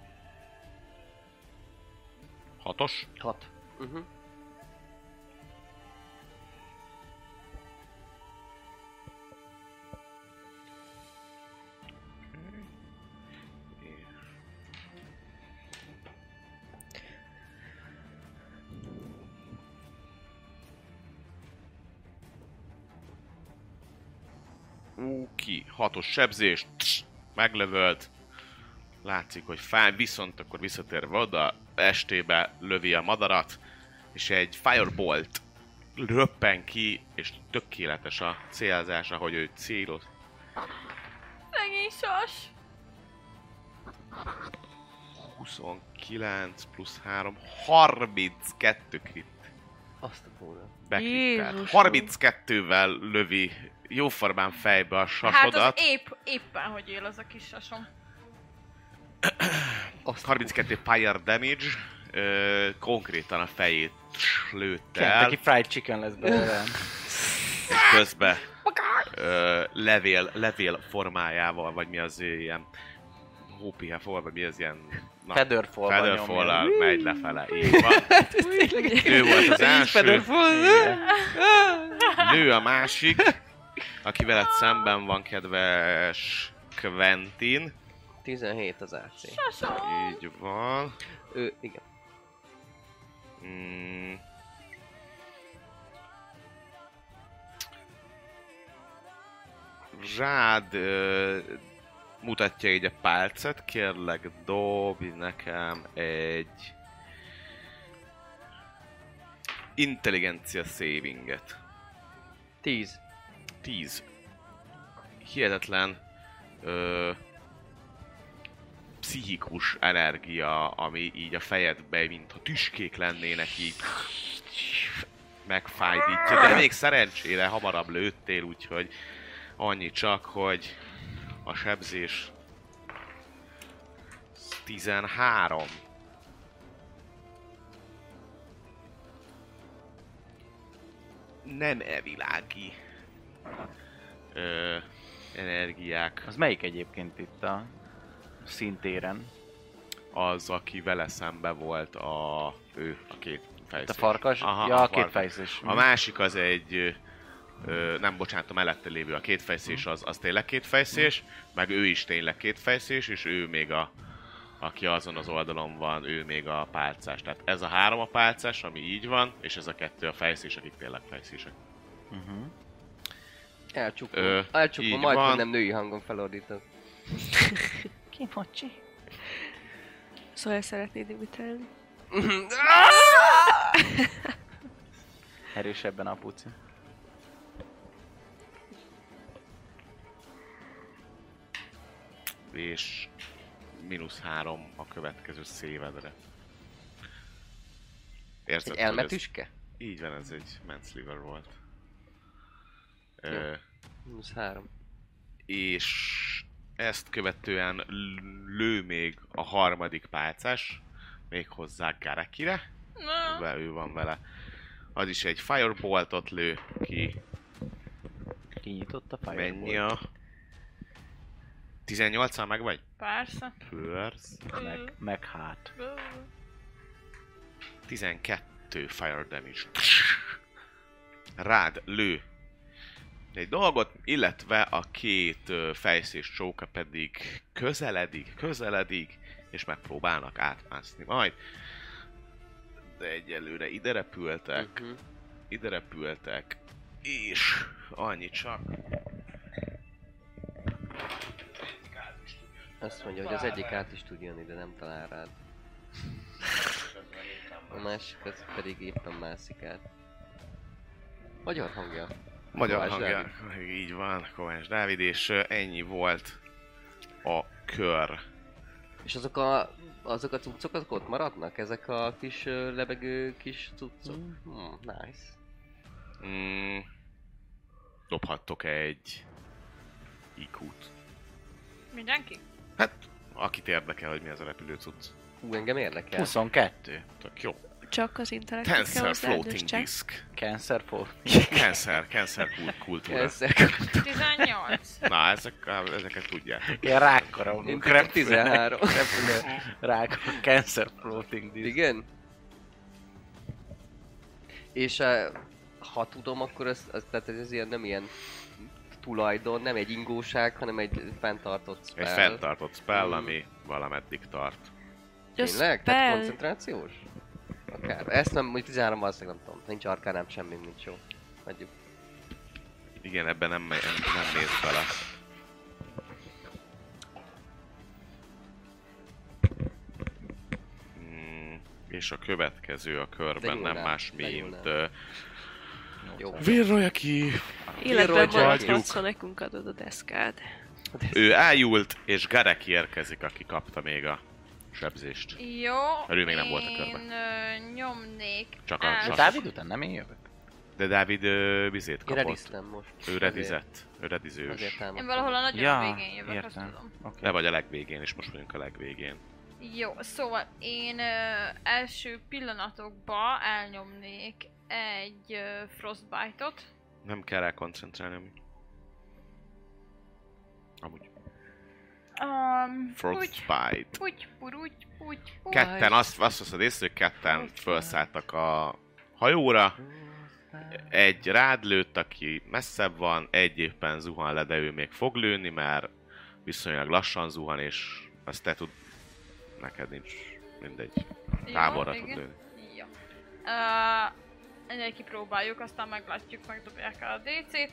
6-os? 6. Uh-huh. Ki, 6-os sebzés, meglövölt. Látszik, hogy fáj, viszont akkor visszatérve oda, estébe lövi a madarat, és egy firebolt röppen ki, és tökéletes a célzás, ahogy ő céloz. Szegény sas. 29 plusz 3, 32 crit. Azt a kurva. Bekrittelt. Jézusom. 32-vel lövi jóformán fejbe a Hát sasodat. az éppen, hogy él az a kis sasom. 32 fire damage, konkrétan a fejét lőtte el, Kentucky Fried Chicken lesz belőle. és közben levél formájával, vagy mi az ilyen hópihe forma, vagy mi az ilyen... Featherfall-ban megy lefele, így van. Ő volt az első, nő a másik, aki veled szemben van, kedves Quentin. 17 az AC. Így van. Ő, igen. Rád mutatja így a pálcát, kérlek dobj nekem egy intelligencia savinget. 10. 10. Hihetetlen pszichikus energia, ami így a fejedbe, mintha tüskék lennének, így megfájdítja, de még szerencsére hamarabb lőttél, úgyhogy annyi csak, hogy a sebzés 13. Nem evilági energiák. Az melyik egyébként itt a szintéren? Az, aki vele szembe volt, ő a két fejszés. A farkas? Aha, Ja, a két farkas. fejszés. A másik az egy... nem, bocsánat, a mellette lévő a kétfejszés, az tényleg kétfejszés, meg ő is tényleg kétfejszés, és ő még aki azon az oldalon van, ő még a pálcás. Tehát ez a 3 a pálcás, ami így van, és ez a 2 a fejszés, akik tényleg fejszések. Elcsukva, így majd, van. hogy nem női hangon felordítok. Ki mocsi? Szóval szeretnéd imitálni. Erősebben a puci. És -3 a következő szévedre. Érzed, Egy hogy elmetüske? Így van, ez egy manslaughter volt. -3. És ezt követően lő még a harmadik pálcás, még hozzá Garekire. Ő van vele. Az is egy fireboltot lő ki. Kinyitott a Mennyi a... 18-al meg vagy? Persze. Persze. Meg hát. 12 fire damage. Rád lő egy dolgot, illetve a két fejszés csóka pedig közeledik, és megpróbálnak átmászni majd. De egyelőre ide repültek, és annyi csak. Azt mondja, hogy az egyik át is tud jönni, de nem talál rád. A másik az pedig éppen mászik át. Magyar hangja. Magyar Kovács hangja, így van, Kovács Dávid, és ennyi volt a kör. És azok a cuccokat ott maradnak? Ezek a kis lebegő kis cuccok? Nice. Dobhattok egy IQ-t. Mindenki? Hát, akit érdekel, hogy mi az a repülő cucc. Engem érdekel. 22. Tök jó. Csak az intellektus kell Cancer hozzá, floating csak. disk. Cancer for. Cancer kultúra. Ezek. 18. Na, ezeket tudják. Ilyen rákkora. Én tudok 13. Repülő rák. Cancer floating disk. Igen? És ha tudom, akkor tehát ez ilyen, nem ilyen tulajdon, nem egy ingóság, hanem egy fenntartott spell. Egy fenntartott spell, ami valameddig tart. Tényleg? Tehát koncentrációs? Akár. Ezt nem, hogy 13 valószínűleg nem tudom. Nincs arkánám, semmi nincs jó. Hagyjuk. Igen, ebben nem néz bele. És a következő a körben nem más, mint... Jó. Virroyaki! Életben Hagyjuk. maradhatsz, ha nekünk adod a deszkád. Ő eljult, és Gareki érkezik, aki kapta még a sebzést. Jó, Mert ő még nem volt a körben. Én nyomnék Csak a el- sas. Dávid után nem én jövök? De Dávid vizét Én kapott. rediztem most. Ő redizett. Ő redizős. Azért támadtam. Én valahol a nagyon Ja, végén jövök, azt értem. tudom. Oké. Le vagy a legvégén, és most vagyunk a legvégén. Jó, szóval én első pillanatokban elnyomnék egy Frostbite-ot. Nem kell rá koncentrálni. Amúgy. Frostbite. Puty. Ketten azt veszed észre, hogy ketten felszálltak a hajóra. Egy rád lőtt, aki messzebb van, egy éppen zuhan le, de ő még fog lőni, mert viszonylag lassan zuhan, és ezt te tud... Neked nincs mindegy. Távolra tud lőni. Jó. Egyébként kipróbáljuk, aztán meglátjuk, megdobják el a DC-t.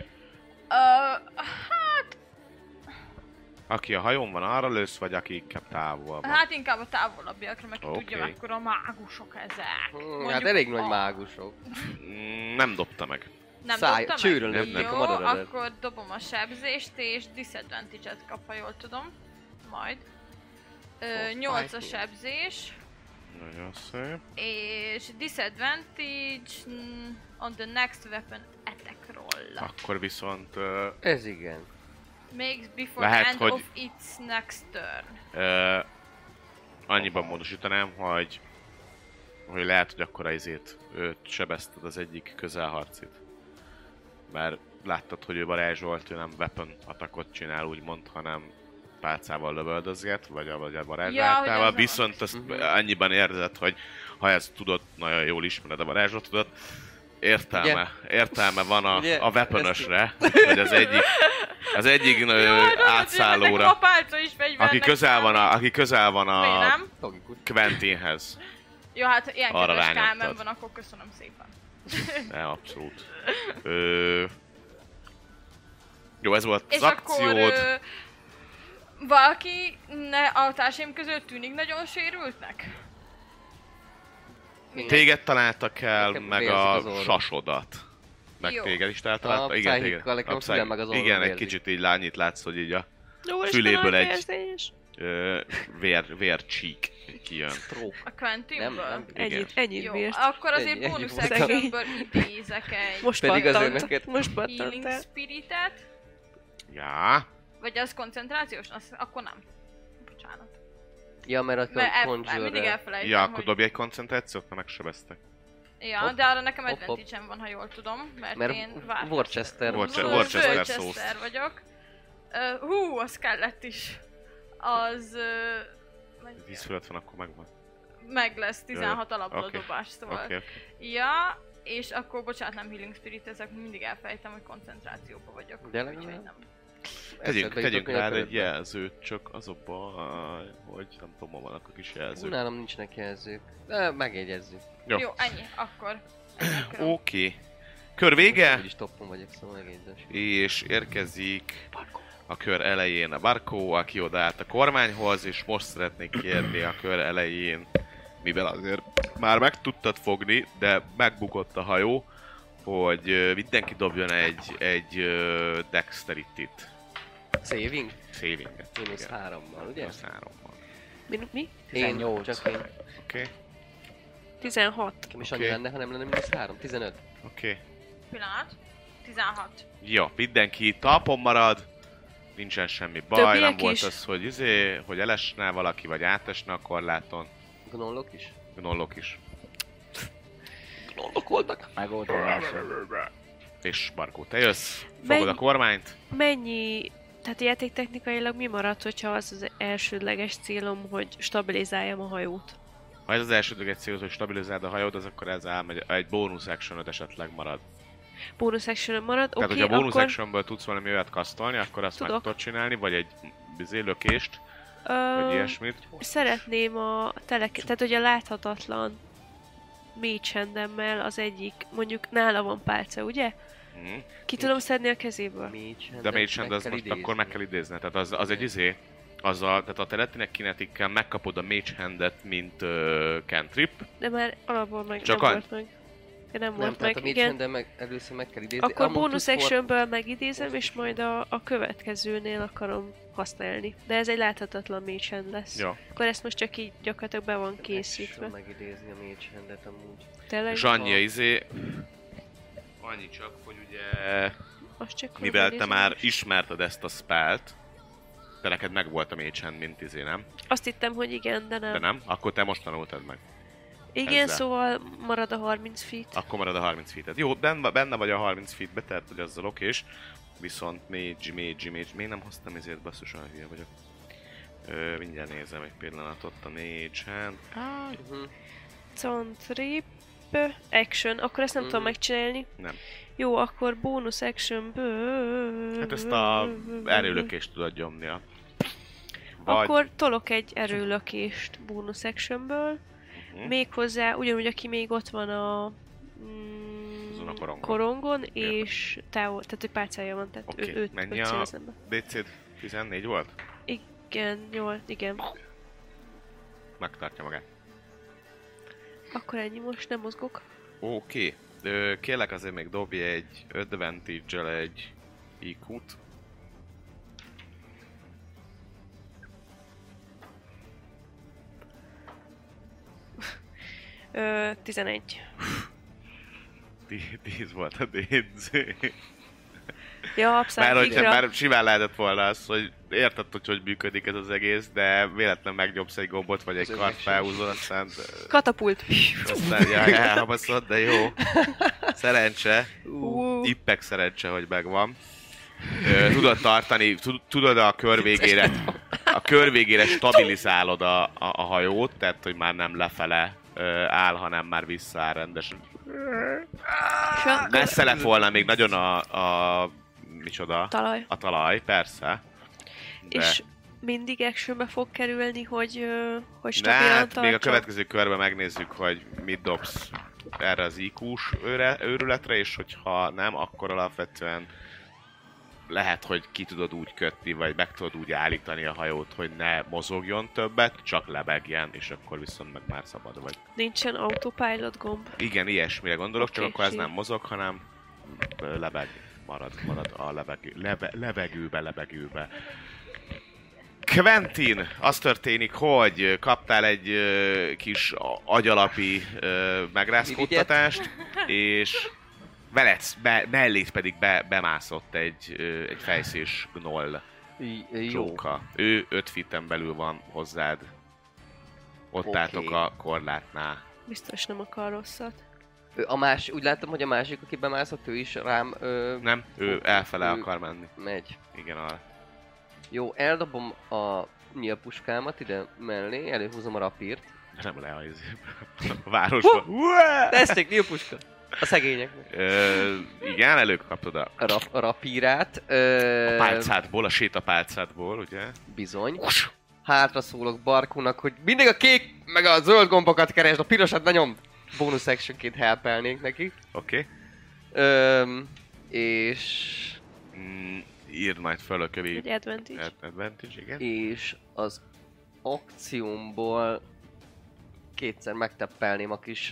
Hát... Aki a hajón van, arra lősz, vagy aki inkább távol van? Hát inkább a távolabbiakra, meg ki Oké. tudja, mekkora mágusok ezek. Hát elég nagy mágusok. Nem dobta meg. Nem Száj- dobtam csőről meg? lőttek Jó, a madarat. akkor dobom a sebzést, és disadvantage-et kap, ha jól tudom. Majd. 8 a sebzés, Nagyon szép. és disadvantage on the next weapon attack roll. Akkor viszont Ez igen. Makes before Lehet, end hogy- of its next turn. annyiban módosítanám, hogy lehet, hogy akkor izét őt sebezted az egyik közelharcit. Mert láttad, hogy ő varázsolt, ő nem weapon attackot csinál úgymond, hanem pálcával lövöldözget, vagy a hogy varázslátával, az viszont azt annyiban érzed, hogy ha ezt tudod, nagyon jól ismered a varázslatodat, értelme van Ugye? a weaponösre, hogy az egyik átszállóra, A pálca is fegyvernek aki közel van Miért a nem? Logikus. Quentinhez. Jó, hát ilyen Arra kedves rányomtad. kálmem van, akkor köszönöm szépen. Ne, abszolút. Jó, ez volt És az akkor akciód. valaki a társaim között tűnik nagyon sérültnek? Téged találtak el, Nekem meg vérzik a az orrom. sasodat. Meg Jó. téged is találtak. A Igen, pszáhikkal nekem a pszáhi- fülem meg az orrom igen, egy vérzik. kicsit így annyit látsz, hogy így a Jó, füléből egy érzés. vércsík kijön. Stroke. A Quentinből? Nem. Ennyit Jó, bírt. akkor azért Ennyi bónusz volt. actionből idézek egy Most Pedig azért pattant. neked- Most Healing pattant el. Spiritet. Ja. Vagy az koncentrációs? Akkor nem. Bocsánat. Ja, mert a Mert mindig conjure elfelejtem, Ja, akkor hogy... dobj egy koncentrációt, mert megsebeztek. Ja, Hopp. de arra nekem Hopp, hopp. advantage-em van, ha jól tudom, mert Mert én vártam. Worcester. Worcester szósz. Worcester vagyok. Az kellett is. Az... 10 fölött van, akkor megvan. meg lesz 16 alapból Oké. dobás, szóval... Oké. Ja, és akkor bocsánat, nem Healing Spirit, ezek mindig elfelejtem, hogy koncentrációban vagyok. De úgyhogy legalább- nem. Tegyünk rád egy jelzőt, csak azokba, hogy nem tudom, ma vannak a kis jelzők. Nálam nincsenek jelzők. De megjegyezzük. Jó. Jó, ennyi, akkor. Ennyi köröm. Oké. Kör vége, Úgyis toppon vagyok, szóval megjegyzés. és érkezik a kör elején a Barkó, aki odaállt a kormányhoz, és most szeretnék kérni a kör elején, mivel azért már meg tudtad fogni, de megbukott a hajó, hogy mindenki dobjon egy dexterity-t. Saving? Savinget. Mínusz 3-mal, ugye? Plusz 3-mal. Mi? Én, 18. csak én. Oké, 16. Nekem is Oké. annyi lenne, ha nem lenne mínusz 3. 15. oké. Pillanat. 16. Jó, mindenki talpon marad, nincsen semmi baj, nem Többiek volt is? az, hogy elesne valaki, vagy átesne a korláton. Gnollok is? Gnollok is. Gnollok voltak? Megoldom. És Barkó, te jössz, fogod Mennyi- a kormányt. Mennyi... Tehát játéktechnikailag mi maradt, hogyha az elsődleges célom, hogy stabilizáljam a hajót? Ha ez az elsődleges cél, hogy stabilizáld a hajód, az akkor ez elmegy, egy bonus actionod esetleg marad. Bonus action marad, Tehát, oké, hogyha bonus akkor... actionből tudsz valami olyat kasztolni, akkor azt meg Tudok. tudod csinálni, vagy egy lökést, vagy ilyesmit. Szeretném tehát hogy a láthatatlan mély csendemmel az egyik, mondjuk nála van pálca, ugye? Ki tudom szedni a kezéből? De Mage Hand az most akkor meg kell idézni. Tehát az egy izé, tehát a teretinek kinetikkel megkapod a Mage Handet, mint cantrip. De már alapból meg Csak nem a- volt meg. Nem Nem, volt tehát meg, a Mage igen. Hand-en először meg kell idézni. Akkor Amúgy bonus plusz actionből megidézem, és majd a következőnél akarom használni. De ez egy láthatatlan Mage Hand lesz. Jó. Akkor ezt most csak így gyakorlatilag be van készítve. megidézni a Mage Hand-et amúgy. Tényleg? És annyi annyi csak, hogy ugye, Azt csak mivel te megnézem már is. ismerted ezt a spellt, de neked megvolt a Mage Hand, mint nem? Azt hittem, hogy igen, de nem. De nem? Akkor te most tanultad meg. Igen, ezzel. szóval marad a 30 feet. Akkor marad a 30 feet-et. Jó, benne vagy a 30 feet-be, tehát hogy azzal okés. Viszont Mage, miért nem hoztam ezért, basszus, olyan hülye vagyok. Mindjárt nézem egy pillanatot, a Mage Hand. Cantrip, action, akkor ezt nem tudom megcsinálni. Nem. Jó, akkor bonus actionből... Hát ezt a erőlökést tudod nyomnia. Vagy... Akkor tolok egy erőlökést bonus actionből. Méghozzá, ugyanúgy aki még ott van a... Azon a korongon. korongon, és tehát egy pálcája van, tehát Oké, őt mennyi a célzem be. DC-d? 14 volt? Igen, jól, igen. Megtartja magát. Akkor ennyi, most nem mozgok. Oké. Kérlek azért még dobj egy advantage-el egy IQ-t. Ö, 11. 10 volt a DC. Ja, Mert hogyha pszákikra. már simán lehetett volna az, hogy érted, hogy működik ez az egész, de véletlen megnyomsz egy gombot, vagy egy kart felhúzol, aztán Katapult. elhabaszod, de jó. Szerencse. Ippek szerencse, hogy megvan. Tudod tartani, tudod a kör végére stabilizálod a hajót, tehát hogy már nem lefele áll, hanem már visszaáll rendesen. Messze lett volna még nagyon micsoda? Talaj. A talaj, persze. De... És mindig actionbe fog kerülni, hogy De stabilan hát tartsa? még a következő körben megnézzük, hogy mit dobsz erre az IQ-s őrületre, és hogyha nem, akkor alapvetően lehet, hogy ki tudod úgy kötni, vagy meg tudod úgy állítani a hajót, hogy ne mozogjon többet, csak lebegjen, és akkor viszont meg már szabad vagy. Nincsen autopilot gomb. Igen, ilyesmire gondolok, csak Oké, akkor ez sí. nem mozog, hanem lebeg, marad a levegőbe. Quentin, az történik, hogy kaptál egy kis agyalapi megrázkódtatást, és mellét pedig bemászott egy fejszés gnoll Jó. csóka. Ő 5 feet-en belül van hozzád. Ott Oké. álltok a korlátnál. Biztos nem akar rosszat. Úgy láttam, hogy a másik, aki bemászott, ő is rám Nem, ő elfele akar menni. megy. Igen, arra. Jó, eldobom a nyílpuskámat ide mellé, előhúzom a rapírt. Nem le a városba. De ez egy nyílpuska! A szegényeknek. Igen, előkaptad a A rapírát. pálcádból, a sétapálcádból, ugye? Bizony. Hátra szólok Barkónak, hogy mindig a kék meg a zöld gombokat keresd, a pirosat ne nyomd! Bonus actionként helpelnék neki. Oké. És... Írd majd föl a kövi Egy advantage. advantage, igen. És az akciómból kétszer megteppelném a kis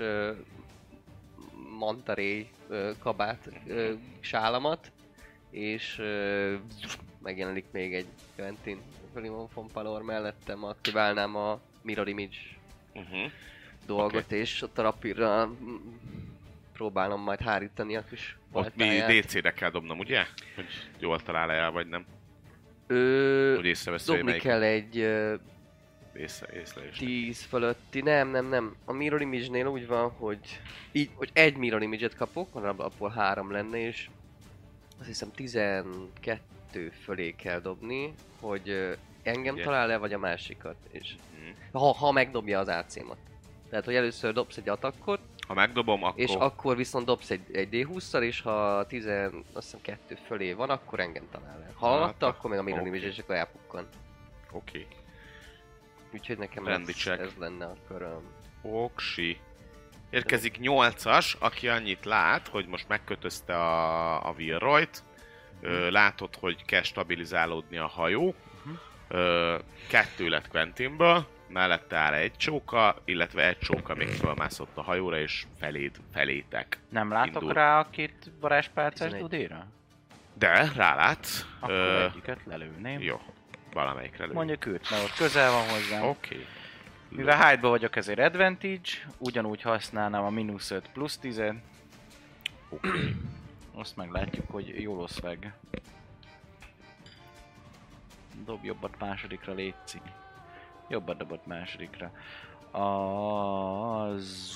mantaré kabát sálamat, és megjelenik még egy Quentin Rimon von Palor mellettem, aktiválnám a Mirror Image dolgot, és ott a rapírra próbálom majd hárítani a kis Ott mi baltáját. DC-re kell dobnom, ugye? Hogy jól talál-e el, vagy nem? Hogy észrevesz, hogy Dobni melyik kell egy észlelés. 10 fölötti, nem. A Mirror Image-nél úgy van, hogy egy Mirror Image-et kapok, mert abból 3 lenne, és azt hiszem 12 fölé kell dobni, hogy engem Igen. talál-e, vagy a másikat, és ha megdobja az AC-mat. Tehát, hogy először dobsz egy attackot, Ha megdobom, akkor... és akkor viszont dobsz egy D20-szal, és ha azt hiszem 2 fölé van, akkor engem talál el. Ha alatta, akkor meg a Mirror Image, és akkor elpukkan. Oké. Úgyhogy nekem Rendi ez check. lenne a köröm. Oksi. Érkezik 8-as, aki annyit lát, hogy most megkötözte a Vilroyt. Látod, hogy kell stabilizálódni a hajó. 2 lett Quentinből, mellette áll egy csóka, illetve egy csóka még fölmászott a hajóra, és felétek. Nem látok indul. rá a 2 varázspálcás 11. dudéra? De, rálátsz. Akkor egyiket lelőném. Jó, valamelyikre lő. Mondjuk őt, mert ott közel van hozzám. Oké. Mivel hide-ba vagyok, ezért advantage, ugyanúgy használnám a -5 plusz 10. Oké. Azt meglátjuk, hogy jól osz meg. Dob jobbat másodikra, létszik. Jobbat dobott másodikra. Az...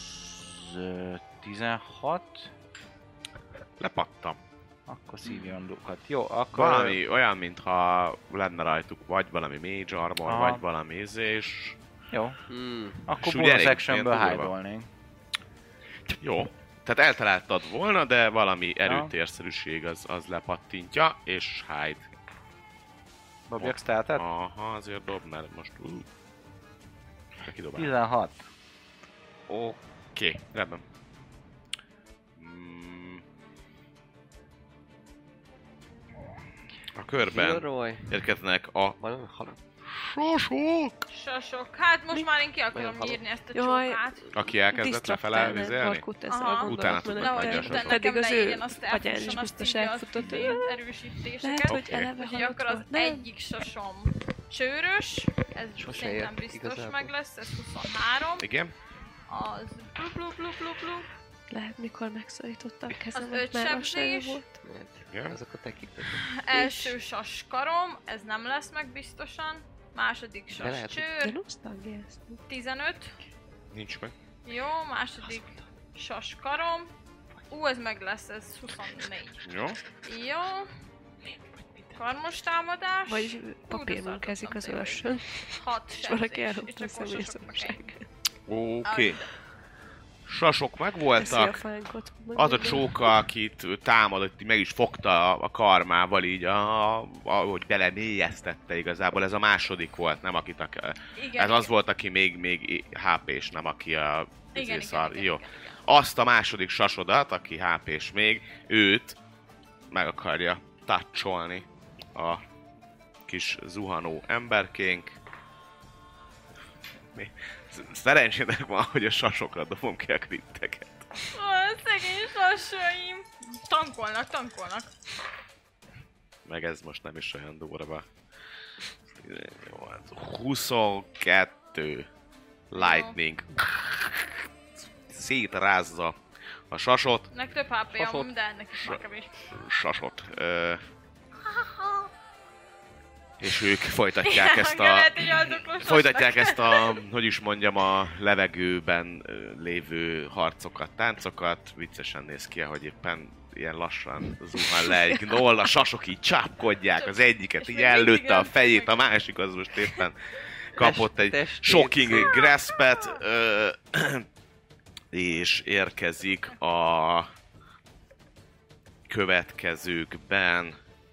16? Lepattam. Akkor szívjon lukat. Jó, akkor... Valami olyan, mintha lenne rajtuk vagy valami mage armor, Aha. vagy valami és... Jó, akkor És ugye bonus elég actionből ilyen durva. hide-olnénk. Jó. Tehát eltaláltad volna, de valami erőtérszerűség az lepattintja, és hide. Dobjak stealth-et? Aha, azért dob, mert most... Kidobál. 16. Oké, rendben. A körben Vilroy. érkeznek a Valami halott. sosok, Sasok. Hát most már én ki akarom Olyan halott. írni ezt a Jaj. csókát. aki elkezdett lefele vizelni. Markut ezzel Aha. a Utána gondolatmenettel. tudnak Nehogy Magyar utána sok. Pedig nekem az ő leírjen, azt agyán is elfusson, biztos azt így az elfutott. izé Lehet, erősítéseket. hogy Oké. eleve Úgyhogy halott akkor az volt. Nem? egyik sasom csőrös, ez Sose szerintem ért biztos igazából. meg lesz, ez 23. Igen. Az blu. Lehet, mikor megszorítottam a Az kezemet, 5 már az sebzés. volt. Igen. Azok a tekintett. Első sas karom, ez nem lesz meg biztosan. Második De sas lehet, hogy- De csőr, nosztalgia ezt. 15. Nincs meg. Jó, második sas karom. Ez meg lesz, ez 24. Jó. Jó. Karmos támadás. Vagy papírmunkázik az tényleg. őrsön. 6 És valaki sebzés, és elhúzta a akkor sasoknak személyszomság. Oké. Sasok Teszi a megvoltak. fánkot. Az a csóka, akit ő támadott, így meg is fogta a karmával, így ahogy belemélyeztette igazából. Ez a második volt, nem akit Igen, ez az volt, aki még HP-s, nem aki a igen, szar. igen, Jó. igen. Azt a második sasodat, aki HP-s még, őt meg akarja toucholni a kis zuhanó emberkénk. Szerencsének van, hogy a sasokra dobom ki a kritteket. Szegény sasaim. Tankolnak. Meg ez most nem is olyan durva. 22 lightning. Szétrázza a sasot. Nek több HP-ja Sasot. van, de ennek is már kevés. Sasot. És ők folytatják ezt a... Lehet, hogy aldoklós Folytatják ezt a, hogy is mondjam, a levegőben lévő harcokat, táncokat. Viccesen néz ki, hogy éppen ilyen lassan zuhan le egy gnoll, a sasok így csápkodják, az egyiket És így még ellőtte mindig a fejét, a másik az most éppen kapott egy Testét. shocking graspet, és érkezik a következőkben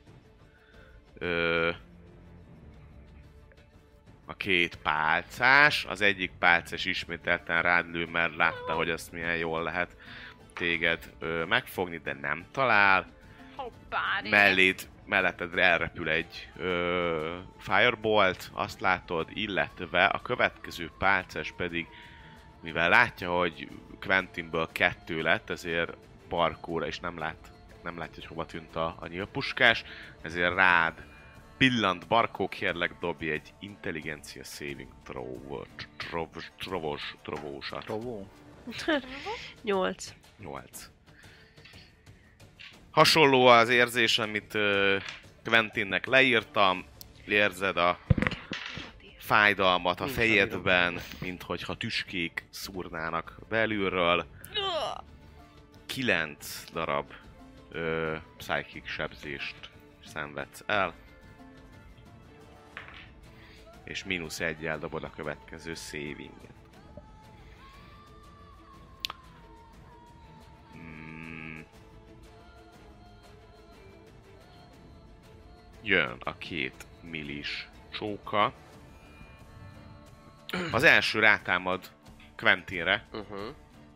a 2 pálcás. Az egyik pálcás ismételten rád lő, mert látta, hogy azt milyen jól lehet téged megfogni, de nem talál. Hoppá, Melletted elrepül egy firebolt, azt látod, illetve a következő pálcás pedig, mivel látja, hogy Quentinből 2 lett, ezért Barkóra is nem látja, hogy hova tűnt a nyílpuskás, ezért rád pillant. Barkó, kérlek dobj egy intelligencia saving trovósat. Trovó? 8. 8. Hasonló az érzés, amit Quentinnek leírtam, érzed a fájdalmat a fejedben, minthogyha tüskék szúrnának belülről. 9 darab psychic sebzést szenvedsz el. És -1-jel dobod a következő savinget. Jön a 2 millis csóka. Az első rátámad Quentinre,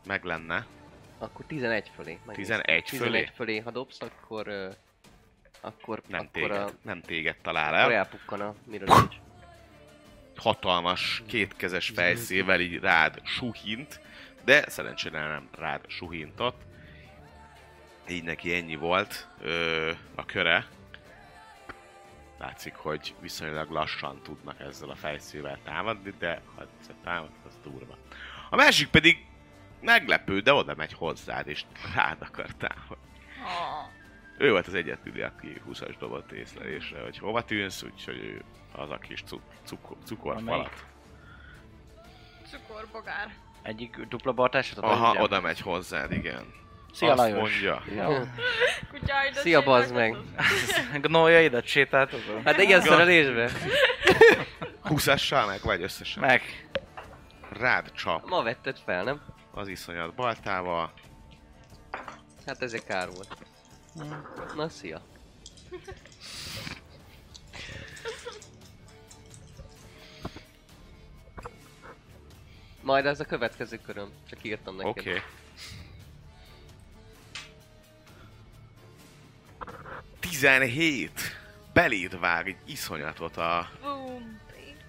meg lenne. Akkor 11 fölé. 11 fölé? 11 fölé, ha dobsz, akkor... akkor Nem téged talál akkor el. elpukkan a Mirror. Hatalmas, kétkezes fejszével így rád suhint, de szerencsére nem rád suhintott. Így neki ennyi volt a köre. Látszik, hogy viszonylag lassan tudnak ezzel a fejszével támadni, de ha egyszer támad, az durva. A másik pedig meglepő, de oda megy hozzád, és rád akar támadni. Ő volt az egyetlen, aki 20-as dobott észlelésre, hogy hova tűnsz, úgyhogy ő az a kis cukorfalat. Cukorbogár. Egyik dupla bartásod? Aha, oda megy hozzád, igen. Szia, Azt Lajos. mondja. Ja. Kutyáidat Szia, bazd meg! Gnójaidat sétáltozol? Hát igen, szerelésbe. 20-assal meg vagy összesen? Meg. Rád csap Ma vetted fel, nem? az iszonyat baltával. Hát ezért kár volt. Na, szia! Majd ez a következő köröm. Csak írtam neked. Oké. 17! Beléd vág egy iszonyatot a Boom.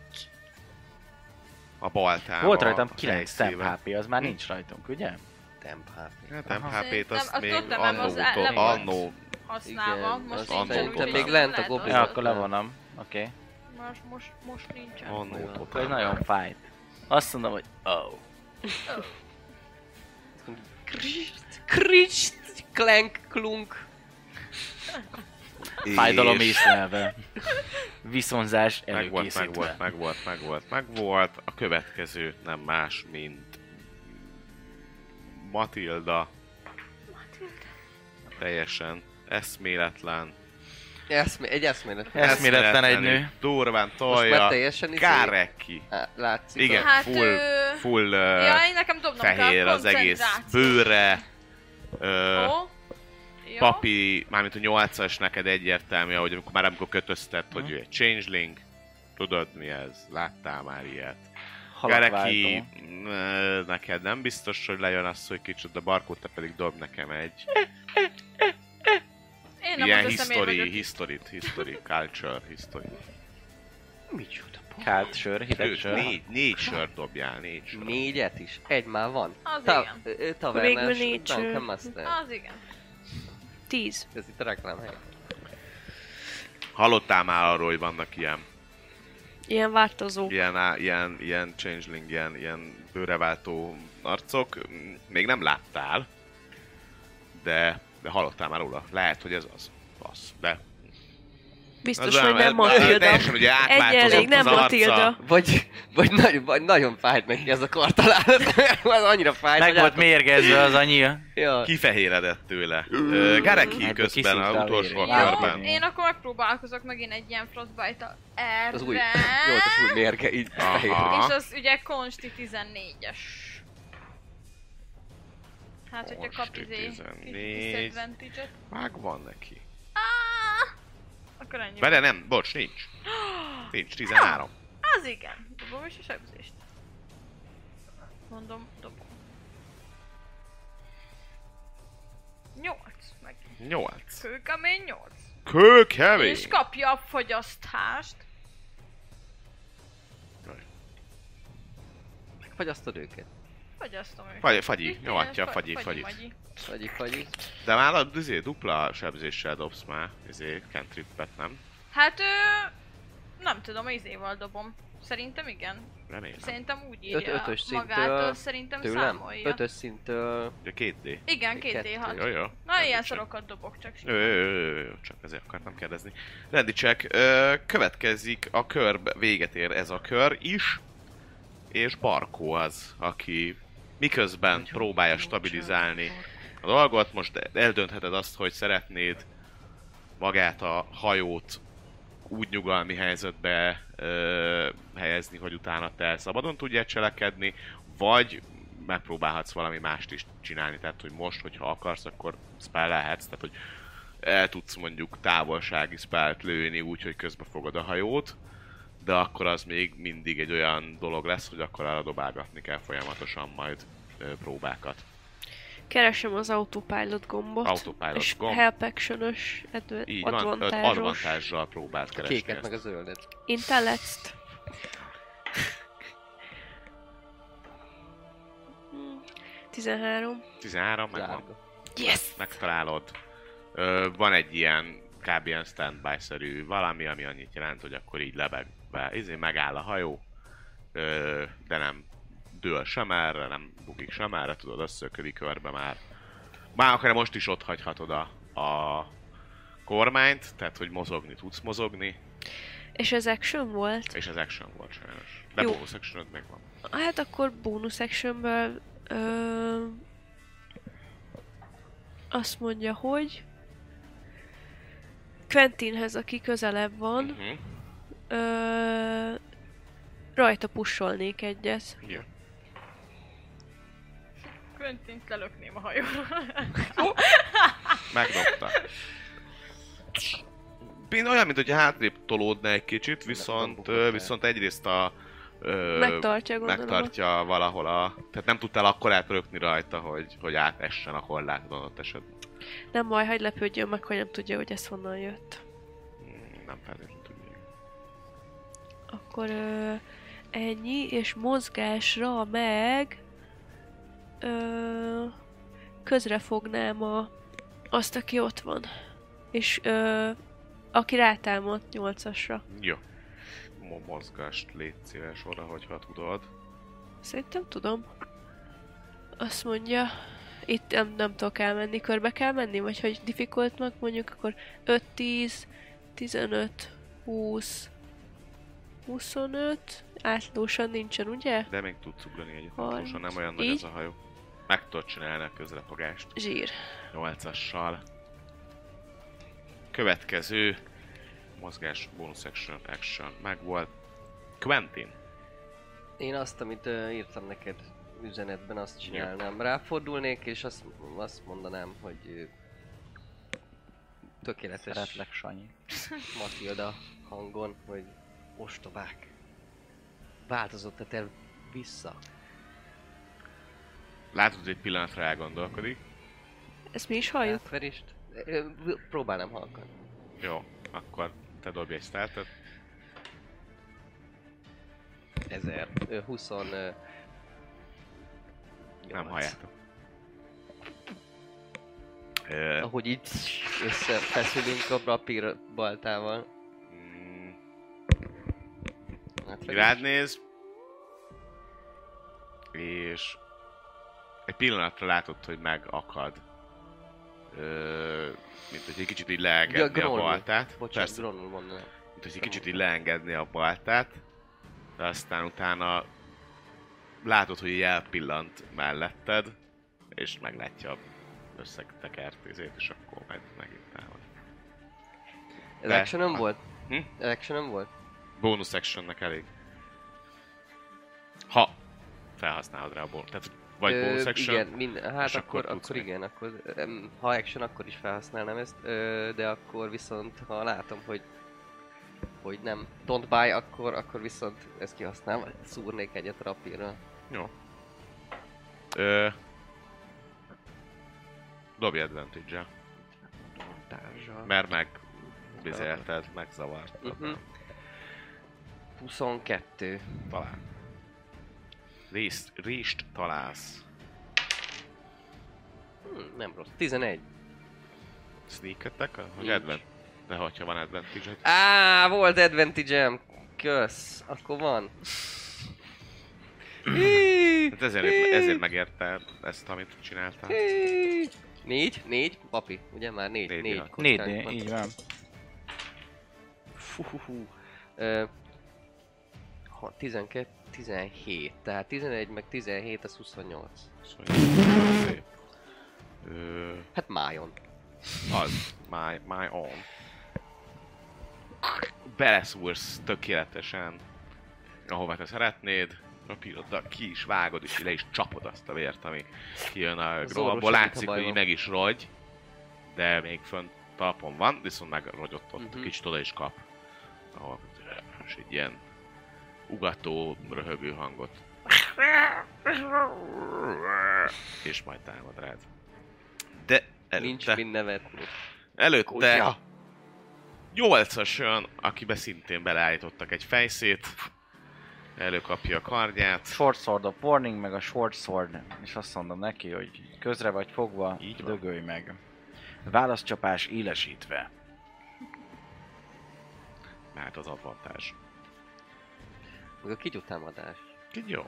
baltával. Volt rajtam 9 temp fejszével. HP, az már nincs rajtunk, ugye? Temp HP. Hát nem Aha. HP-t azt Azt még ott nem, az le volt. annó Használva. Igen, Most az nincsen, annó úgyhogy tudom. Még lent a lehet goblin. Ja, az- akkor levonom. Oké. Most nincsen. annó Akkor ez nagyon fájt. Azt mondom, hogy oh. Krist, klenk, klunk. Fájdalom észlelve. Viszonzás előkészítve. megvolt. A következő nem más, mint Matilda. Teljesen eszméletlen. Egy eszmélet. Eszméletlen egy nő. Durván Most tolja. már teljesen Káreki. Látszik. Igen, Hát, full Jaj, nekem dobnom fehér kell az egész koncentráció. bőre. Jó. Jó. Papi, mármint a 8-as neked egyértelmű, hogy amikor kötözted, hogy ő egy changeling. Tudod mi ez? Láttál már ilyet? Gareki, neked nem biztos, hogy lejön az, hogy kicsit, de Barkót, te pedig dob nekem egy Én nem ilyen az a személy vagyok. history, culture, history. Micsoda? Kált sör, hideg sör. Négy sört dobjál, 4 sört. 4-et is? Egy már van. Az Végül Tavernás négy Duncan sör. Master. Az igen. 10. Ez itt a reklámhely. Hallottál már arról, hogy vannak Ilyen változó. ilyen changeling, ilyen bőreváltó arcok? Még nem láttál, de hallottál már róla. Lehet, hogy ez az. De Biztos, az hogy nem Matilda. teljesen ugye Egy átváltozott elég, nem az arca. Matilda. Vagy nagyon fájt neki ez a kartalálat. Az annyira fájt, Meg hogy volt mérgezve az anyja. Ja. Kifehéredett tőle. Gareki Ebből közben kiszívta a a utolsó vérét. körben. Én akkor megpróbálkozok megint egy ilyen frostbite-tal erre. Az új, jó, az új mérge, így Aha. fehér. És az ugye Consti 14-es. Hát, hogyha kap Consti kis 14. disadvantage-et, Megvan neki. akkor ennyi. Vele nem, bocs, nincs. Nincs, 13. Az igen. Dobom is a sebzést. Mondom, dobom. 8. Meg 8. kőkemény 8. Kőkemény! És kapja a fogyasztást. Megfagyasztod őket. Fogyasztom őket. Fagyi, nyomatja, fagyit. Fagyi. De már dupla sebzéssel dobsz már, cantripet, nem? Hát nem tudom, izéval dobom. Szerintem igen. Remélem. Szerintem úgy írja Ötös szint, magától, szerintem Tőlem? számolja. 5-ös szinttől... Ugye 2D. Igen, Kettő. 2D6. Jó. Na, ilyen szorokat dobok csak. Jó, csak ezért akartam kérdezni. Rendítsek, következik a kör, véget ér ez a kör is, és Barkó az, aki miközben próbálja stabilizálni a dolgot, most eldöntheted azt, hogy szeretnéd magát a hajót úgy nyugalmi helyzetbe helyezni, hogy utána te szabadon tudjál cselekedni, vagy megpróbálhatsz valami mást is csinálni, tehát hogy most, hogyha akarsz, akkor spellelhetsz, tehát hogy el tudsz mondjuk távolsági spellt lőni úgy, hogy közbe fogod a hajót, de akkor az még mindig egy olyan dolog lesz, hogy akkor arra dobálgatni kell folyamatosan majd próbákat. Keresem az autopilot gombot. Autopilot és gomb. help action-ös Így van, advantage-sal próbált A keresni kéket ezt. meg a zöldet. Intellect. 13. 13, megvan. Zárga. Yes! Megtalálod. Van egy ilyen kb. Ilyen standby-szerű valami, ami annyit jelent, hogy akkor így lebeg be. Megáll a hajó, de nem dől sem erre, nem bukik sem erre, tudod, összöködik körbe már. Már akár most is ott hagyhatod a kormányt, tehát hogy mozogni tudsz mozogni, És ez action volt? és az action volt sajnos. De Jó. bonus actionod meg van. Hát akkor bonus actionből azt mondja, hogy Quentinhez, aki közelebb van, Uh-huh. rajta pusolnék egyet. Jó. Quentint lelökném a hajóról. Megdobta. Olyan, mint hogy hátrébb tolódna egy kicsit, viszont egyrészt Megtartja, gondolom. megtartja valahol tehát nem tudtál akkor átrökni rajta, hogy átessen a korláton ott esetben. Nem baj, hagyd lepődjön meg, hogy nem tudja, hogy ez honnan jött. Nem feltétlenül tudja. Akkor ennyi, és mozgásra meg közrefognám azt, aki ott van. És aki rátámad 8-asra. Jó. Mozgást légy szíves oda, hogyha tudod. Szerintem tudom. Azt mondja, itt nem tudok elmenni, körbe kell menni, vagy hogy difficultnak mondjuk, akkor 5, 10, 15, 20, 25, átlósan nincsen, ugye? De még tudsz ugrani egyet, 30. most nem olyan nagy Így? ez a hajó. Meg tudod csinálni a közrefogást. Zsír. 8-assal. Következő mozgás, bonus action megvolt. Quentin. Én azt, amit írtam neked üzenetben, azt csinálnám. Ráfordulnék, és azt mondanám, hogy tökéletes Szeretlek, Sanyi. Matilda hangon, hogy ostobák. Változott a terv vissza. Látod, hogy egy pillanatra elgondolkodik. Ezt mi is halljuk? Átverést. Próbálnám halkan. Jó, akkor te dobj egy startet. 1000. 20. Nem halljátok. Ahogy így összefeszülünk a rapír baltával. Rád néz. És egy pillanatra látod, hogy megakad. Mint hogy egy kicsit így leengedni a baltát. Bocsánat, gronul mondanám. Mint hogy egy kicsit így leengedni a baltát. De aztán utána látod, hogy így elpillant melletted. És meglátja összetekert izét, és akkor megint támad. Ez De- action nem volt? Hm? Ez action nem volt? Bonus actionnek elég. Ha felhasználod rá a bonus. Tehát vagy bonus action, Igen, hát és akkor tudsz akkor még. igen, akkor ha action, akkor is felhasználnám ezt, de akkor viszont, ha látom, hogy nem don't buy, akkor viszont ezt kihasználom, szúrnék egyet rapírral. Jó. Dobj advantage-el. Társa. Mert megvizelted, megzavartad. Mhm. 22. Talán. Rést találsz. Nem rossz. 11. Sneak attack? Hogy Nincs. advantage? De hogyha van advantage, Volt advantage-em! Kösz! Akkor van. hát ezért megérte ezt, amit csináltál. 4, papi, ugye már 4 Négy, 4 ja. 4D, így van. Fuhuhu. 12, 17, tehát 11 meg 17 az 28. Szép. Hát májon. Az. My own. Beleszúrsz tökéletesen, ahova te szeretnéd, rapíroddal ki is vágod, és le is csapod azt a vért, ami kijön a Az grómból. orvos Látszik, segít, ha baj hogy van. meg is rogy, de még fönt talpon van, viszont megrogyott ott, Mhm. kicsit oda is kap. Ahol, és egy ilyen ugató, röhögő hangot És majd támad rád. De Nincs előtte... mind nevetni. Előtte 8-as jön, akibe szintén beleállítottak egy fejszét. Előkapja a kardját. Short Sword of Warning, meg a Short Sword. És azt mondom neki, hogy közre vagy fogva, Így van. dögölj meg. Válaszcsapás élesítve. Mehet az advantázs. Meg a kigyútámadás. Jó.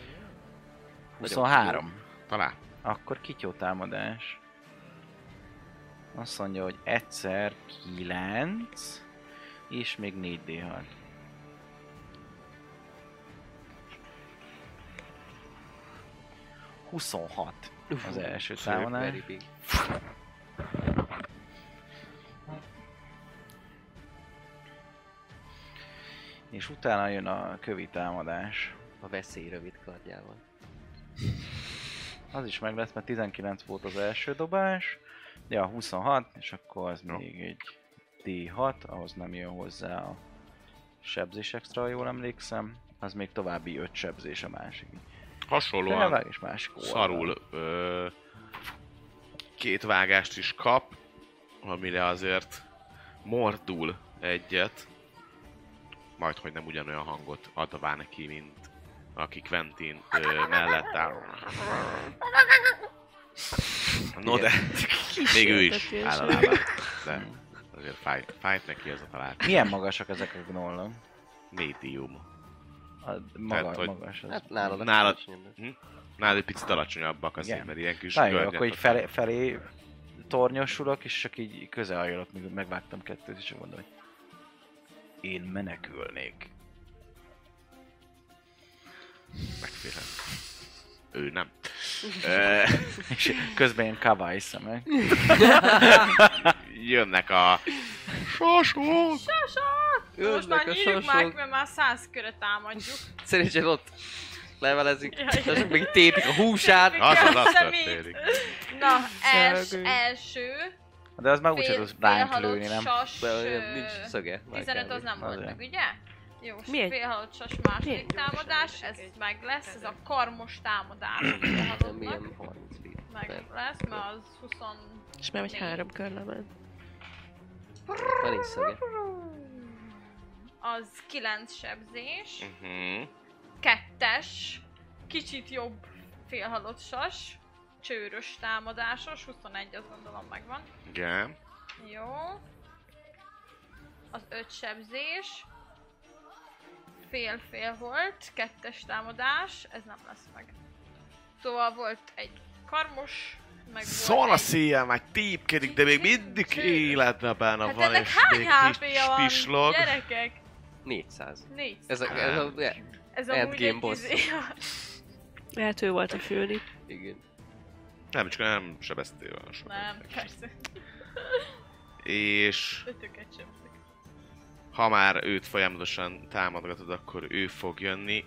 23. Talán. Akkor kityó támadás. Azt mondja, hogy egyszer 9, és még 4d6. ...26 az első támadás. Very big. És utána jön a kövi támadás. A veszély rövid kardjával. Az is meg lesz, mert 19 volt az első dobás. Ja, 26, és akkor az Jó. még egy D6, ahhoz nem jön hozzá a sebzés extra, jól emlékszem. Az még további 5 sebzés a másik. Hasonlóan Felvág és másik oldal. szarul 2 vágást is kap, amire azért mordul egyet. Majd, hogy nem ugyanolyan hangot advá neki, mint aki Quentin mellett áll. No de, még ő is áll a lábán. De azért fájt neki ez a találkozás. Milyen magasak ezek a gnollok? Medium. Maga, hogy- magas. Az. Hát nálad Nálad- alacsonyabb. Nálad egy picit alacsonyabbak azért, Igen. mert ilyen kis Nagyon jó, görnyet akkor így adnak. felé tornyosulok, és csak így közelhajolok, míg megvágtam kettőt, és csak mondom, hogy én menekülnék. Megfélem. Ő nem. És közben ilyen kawaii szemek. Jönnek a sosok! Most már Jönnek a nyírjuk már, sosok. mert már 100 körre támadjuk. Szerencsére ott levelezik, Jaj. és azok még tépik a húsát. Az Szemét. történik. Na, Szegény. első. De az már úgyse tudsz ránk lőni, nem? sas, De olyan nincs szöge. már 15 az kb. nem volt Azért. meg, ugye? Jó, Milyen- félhalott sas második milyen támadás, gyorsan ez esik egy meg lesz, ez a kezem. karmos támadás a Nem, félhalottnak. milyen 30 feet. Meg lesz, mert az 20... És már egy 3 kör lement. Van is szöge. Az 9 sebzés, Uh-huh. 2-es, kicsit jobb félhalott sas, csőrös támadásos, 21 azt gondolom megvan. Igen. Jó. Az 5 sebzés. Fél-fél volt, 2-es támadás, ez nem lesz meg. Szóval volt egy karmos, meg Szól a volt széjjel, már tépkedik, de még mindig életben benne hát van, ennek és hány még HP-ja van, pislog. gyerekek? 400. 4. Ez a Ez endgame amúgy egy boss. Lehet ő volt a főni. igen. Nem, csak nem sebeztél olyan sokat. Nem, persze. És Ötöket sebzek. ha már őt folyamatosan támadgatod, akkor ő fog jönni.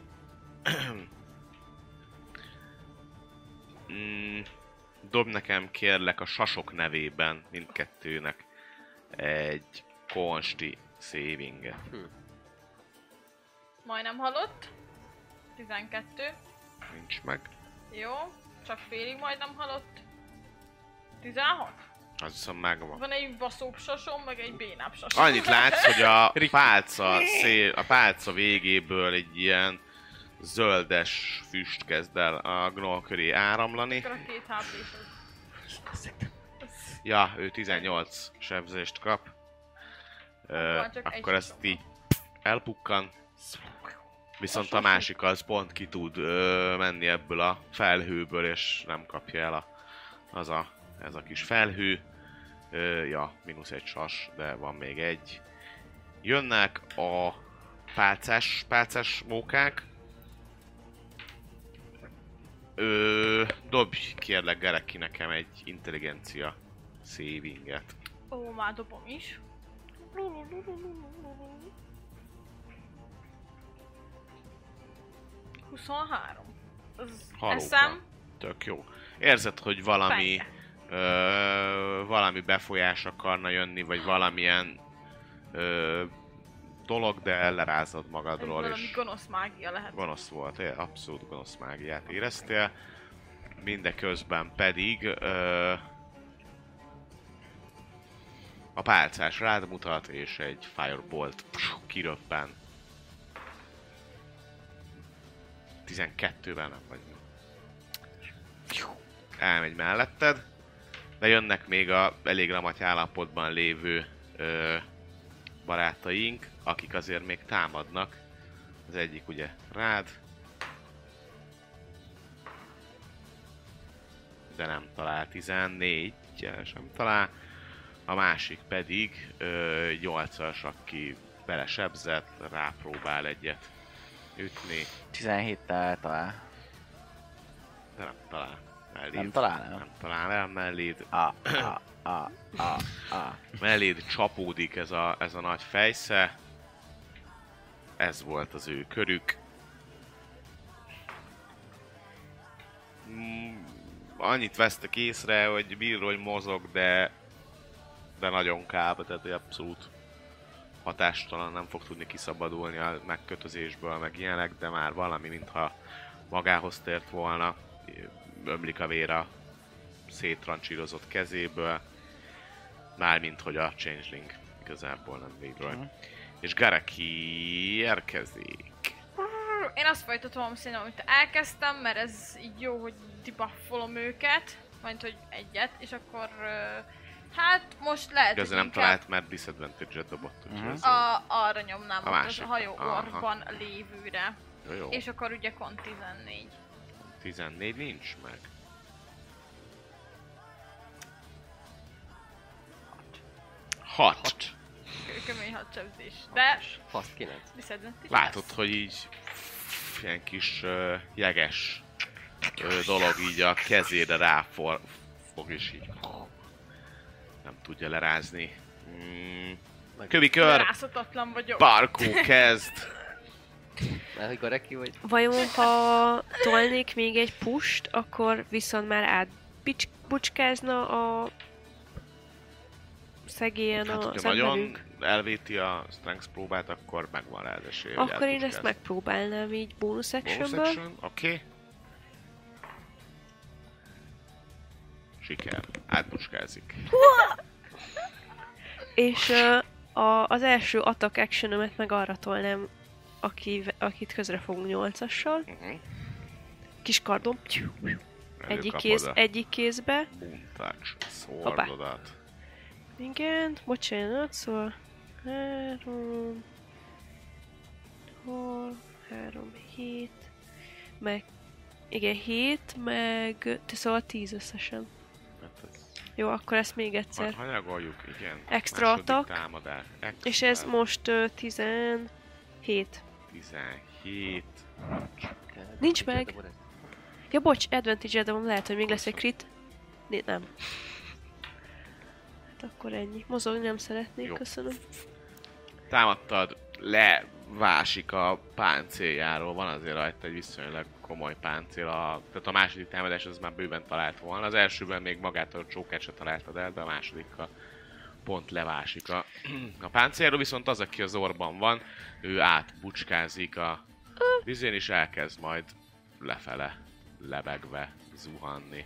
Dob nekem kérlek a sasok nevében mindkettőnek egy konsti savinget. Majdnem halott. 12. Nincs meg. Jó. Csak félig majdnem halott. 16. Az viszont megvan. Van egy baszóbb sasom, meg egy bénább sasom. Annyit látsz, hogy a pálca végéből egy ilyen zöldes füst kezd el a gnoll köré áramlani. Akkor a 2 HP-s. Ja, ő 18 sebzést kap. Akkor csak egy Akkor ezt sasom így elpukkan. Viszont a A másik az pont ki tud menni ebből a felhőből, és nem kapja el ez a kis felhő. Ja, -1 sas, de van még egy. Jönnek a pálcás mókák. Dobj kérlek Gereki nekem egy intelligencia savinget. Ó, már dobom is. ...23. Az Halóka. eszem. Tök jó. Érzed, hogy valami Fejre. valami befolyás akarna jönni, vagy valamilyen dolog, de lerázod magadról, Valami és gonosz mágia lehet. gonosz volt, abszolút gonosz mágiát éreztél. Mindeközben pedig a pálcás rád mutat, és egy firebolt kiröppen. 12-ben nem vagy. Elmegy melletted, de jönnek még a elég ramaty állapotban lévő barátaink, akik azért még támadnak. Az egyik ugye rád, de nem talál 14, sem talál. A másik pedig 8-as, aki belesebzett, rápróbál egyet ütni, 17-tel talál. de nem talál. Melléd. Nem talál, nem? Nem talál el melléd. A. Melléd csapódik ez a nagy fejsze. Ez volt az ő körük. Annyit vesztek észre, hogy bíró, hogy mozog, de nagyon kába, tehát abszolút hatástalan, nem fog tudni kiszabadulni a megkötözésből, meg ilyenek, de már valami, mintha magához tért volna. Ömlik a vér a széttrancsírozott kezéből. Mármint, hogy a Changeling igazából nem Leroy. És Garaki érkezik. Én azt folytatom szerintem, amit elkezdtem, mert ez így jó, hogy debuffolom őket, majd hogy egyet, és akkor hát most lehet, Igazán hogy nem talált, mert disadvantage-et dobott. arra nyomnám A ott másik. az a hajó Aha. orban lévőre. Jó. És akkor ugye kont 14. 14 nincs meg. 6. Kemény hadcsapzés. De Fasz 9. disadvantage Látod, lesz. hogy így ilyen kis jeges dolog így a kezére ráfog, és így nem tudja lerázni. Kövi kör, Rászhatatlan vagyok. Barkó kezd. Mert hogy Gareki vagy? Vajon, ha tolnék még egy pust, akkor viszont már átbucskázna a szegélyen Hát, a hogyha nagyon szenvedők? elvéti a strength próbát, akkor megvan rá az esély, hogy Akkor én ezt átbucskáz. megpróbálnám így bonus Bonus actionből. action, oké. Siker, átbucskázik. És az első attack actionömet meg arra tolnám, akit közre fogunk 8-assal. Kis kardom. Egyik kézbe. Buntács, szordodat. Igen, bocsánat, szóval 3, 7, meg igen, 7, meg szóval 10 összesen. Hát ez Jó, akkor ezt még egyszer. hanyagoljuk, igen. Extra Második attack. támadás. És ez most 17. 17. Nincs meg. Ja, bocs, advantage dobom, lehet, hogy még lesz egy crit. Nem. Hát akkor ennyi. Mozogni nem szeretnék, Jó. köszönöm. Támadtad, levásik a páncéljáról, van azért rajta egy viszonylag komoly páncél, tehát a második támadás az már bőven talált volna, az elsőben még magát a csókát se találtad el, de a másodikkal pont levásik a páncéljáról, viszont az, aki az orban van, ő átbucskázik a vizén, és elkezd majd lefele, lebegve zuhanni.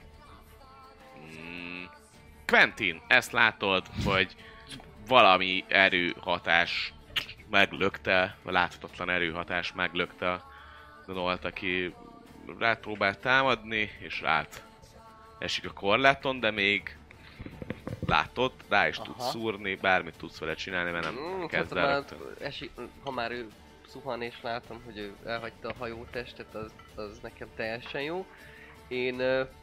Quentin, ezt látod, hogy valami erőhatás meglökte, vagy láthatatlan erőhatás meglökte a Donolt, aki rád próbált támadni, és rád esik a korláton, de még látod, rá is tudsz szúrni, bármit tudsz vele csinálni, mert nem kezd el rögtön. Ha már ő zuhan és látom, hogy ő elhagyta a hajótestet, az nekem teljesen jó. Én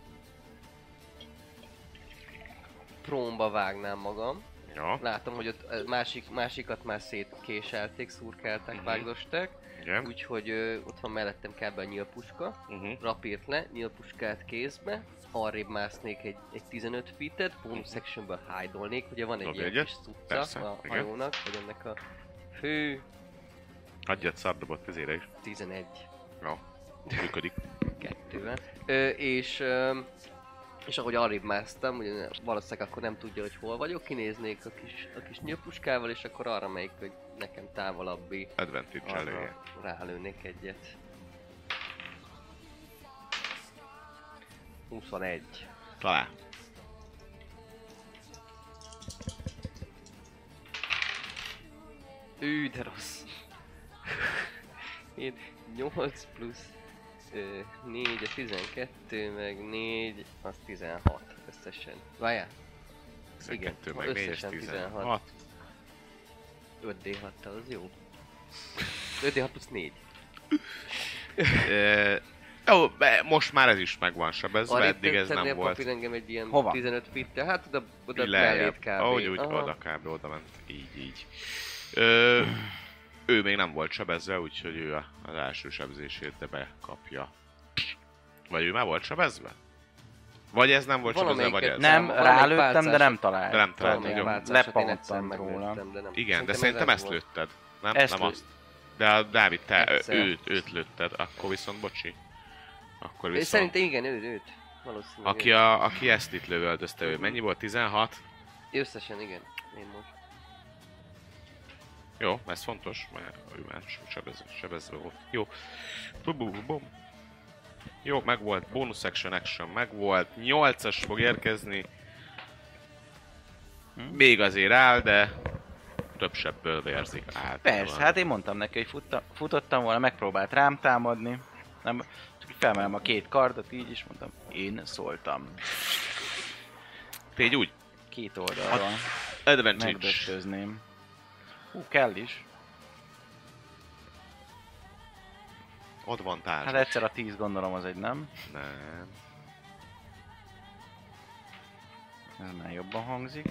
prómba vágnám magam. Ja, Látom, hogy ott másikat már szétkéselték, szurkálták, vágdosták. igen. Úgyhogy ott van mellettem kb. A nyílpuska. Rapírt le, nyílpuskát kézbe. Arrébb másznék egy 15 feet-et, bonus actionből hide-olnék. Ugye van egy Dobj ilyen egyet. kis cucca Persze, a igen. hajónak, vagy ennek a fő Adjad szardobot kezére is. 11 Jó, működik. 2-vel. És És ahogy arrébb másztam, ugye valószínűleg akkor nem tudja, hogy hol vagyok, kinéznék a kis nyílpuskával, és akkor arra melyik, hogy nekem távolabbi Advantage elő. arra rálőnék egyet. 21. Talán. De rossz. Én 8 plusz 4, a 12, meg 4, az 16 összesen. Várjál? 12 Igen, meg 4, összesen 16. 5D6-tal, az jó. 5D6 plusz 4. Jó, most már ez is megvan sebezve, eddig ez nem volt. Kapin engem egy ilyen Hova? 15 fittel, hát oda Lejjebb. mellét kb. Ahogy úgy, Aha. oda kb. Oda ment. Így. Ő még nem volt sebezve, úgyhogy ő az első sebzését de bekapja. Vagy ő már volt sebezve? Vagy ez nem volt sebezve, vagy ez? Nem, Valamelyik rálőttem, de nem De talált. nem talált, Valamelyik jó. változásot én egyszer Lepattant róla. meglőttem, de nem. Igen, de szerintem ez ezt volt. lőtted. Nem? Ezt Nem azt. De a Dávid, te Egyszer. őt lőtted, akkor viszont bocsi. Akkor Én viszont... szerintem igen, őt. Valószínűleg. Aki ezt itt lövöldözte, ő mennyi volt? 16? Összesen igen. Én most. Jó, ez fontos, mert ő már sebezve volt. Jó. Bum. Jó, megvolt. Bonus action megvolt. 8-as fog érkezni. Még azért áll, de több sebből vérzik általában. Persze, hát én mondtam neki, hogy futottam volna, megpróbált rám támadni. Nem, csak így felmelem a két kardot, így is mondtam, én szóltam. Tégy úgy. Két oldalról Advantage. megdöstözném. Kell is. Advantage. Hát egyszer a 10 gondolom az egy nem. Nem. Ez már jobban hangzik.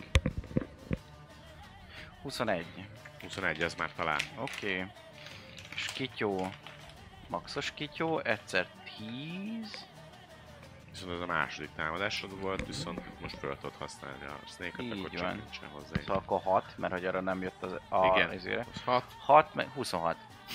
21. 21, ez már talán. Oké. És kityó. Maxos kityó, egyszer 10. Viszont ez a második támadásod volt, viszont most fel tudod használni a snake-et, Így akkor van. csak nincsen hozzá. Szóval akkor 6, mert hogy arra nem jött Igen. ezére. Az 6. 6, meg 26.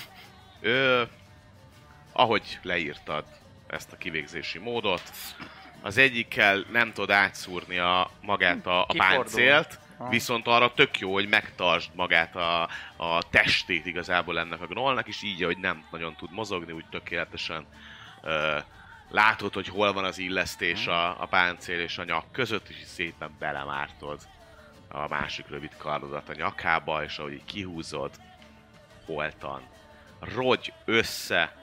Ahogy leírtad ezt a kivégzési módot, az egyikkel nem tud átszúrni magát a Kifordul. páncélt, Aha. viszont arra tök jó, hogy megtartsd magát a testét igazából ennek a gnolnak, és így, hogy nem nagyon tud mozogni, úgy tökéletesen látod, hogy hol van az illesztés a páncél és a nyak között, és így szépen belemártod a másik rövid kardodat a nyakába, és ahogy így kihúzod, holtan rogy össze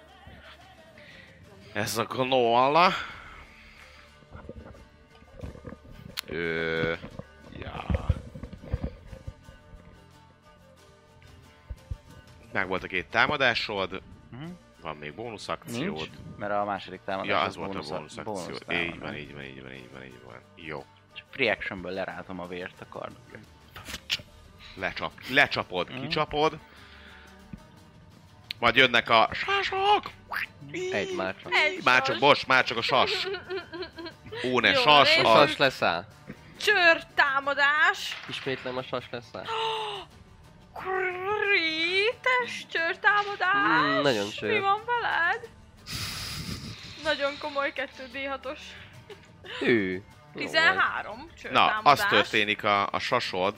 ez a gnoll. Ja. Meg volt a két támadásod, Mhm. van még bónusz akciód. Nincs, mert a második támadás Ja, az az volt a bónusz akció. Így van, így van. Jó. Csak free actionből leráltom a vért a kardot. Lecsapod, kicsapod. Majd jönnek a sasok! Egy már csak. Már csak a sas. Ó, ne, Jó, sas! és- A sas leszáll. Csőr támadás! Ismétlem a sas leszáll. Krítes csőr támadás! Nagyon csőr. Mi van veled? Nagyon komoly 2D6-os. Ő. 13 csőr Na, támadás. az történik a sasod.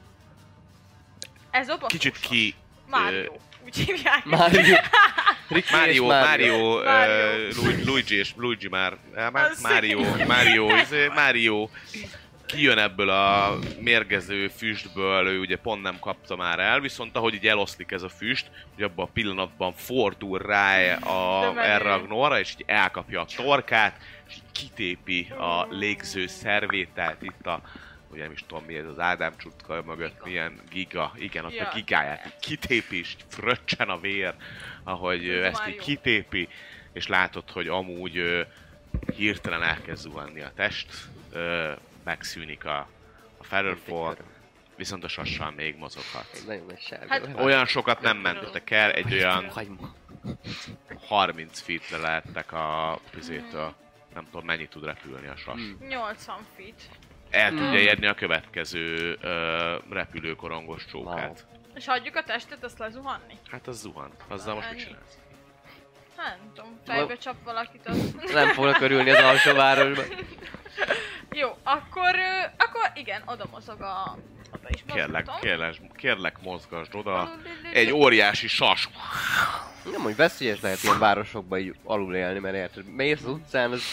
Ez a Kicsit basszus. ki... Mario. Úgy hívják. Mario. Ricky és Mario, Mario. Luigi már Az Mario kijön ebből a mérgező füstből, ő ugye pont nem kapta már el, viszont ahogy így eloszlik ez a füst, hogy abban a pillanatban fordul rá erre a gnorra, és így elkapja a torkát, és így kitépi a légző szervételt itt a, ugye nem is tudom mi ez az Ádám csutka mögött, milyen giga, igen, ott a gigáját így kitépi, és fröccsen a vér, ahogy Ez ezt már így jó. kitépi, és látod, hogy amúgy hirtelen elkezd zuhanni a test, megszűnik a Featherfall, viszont a sassal még mozoghat. Egy nagyon nagy sárga. Hát- Olyan sokat nem mentetek el, egy olyan Hagyma. 30 feet-re lehettek a vizétől. Nem tudom, mennyit tud repülni a sas. 80 feet. El tudja érni a következő repülőkorongos csókát. És hagyjuk a testet, azt lezuhanni? Hát az zuhan. Azzal most mit Ennyi. csinálsz? Hát nem tudom, fejbe csap valakit az. Nem fognak örülni az alsó városban. Jó, akkor igen, oda mozog a... Oda is mozgatom. Kérlek mozgasd oda. Egy óriási sas. Nem, hogy veszélyes lehet ilyen városokban így alul élni, mert érted, mész az utcán, az...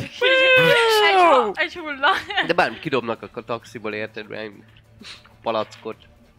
Egy hulla. De bármit kidobnak a taxiból, érted, palackot.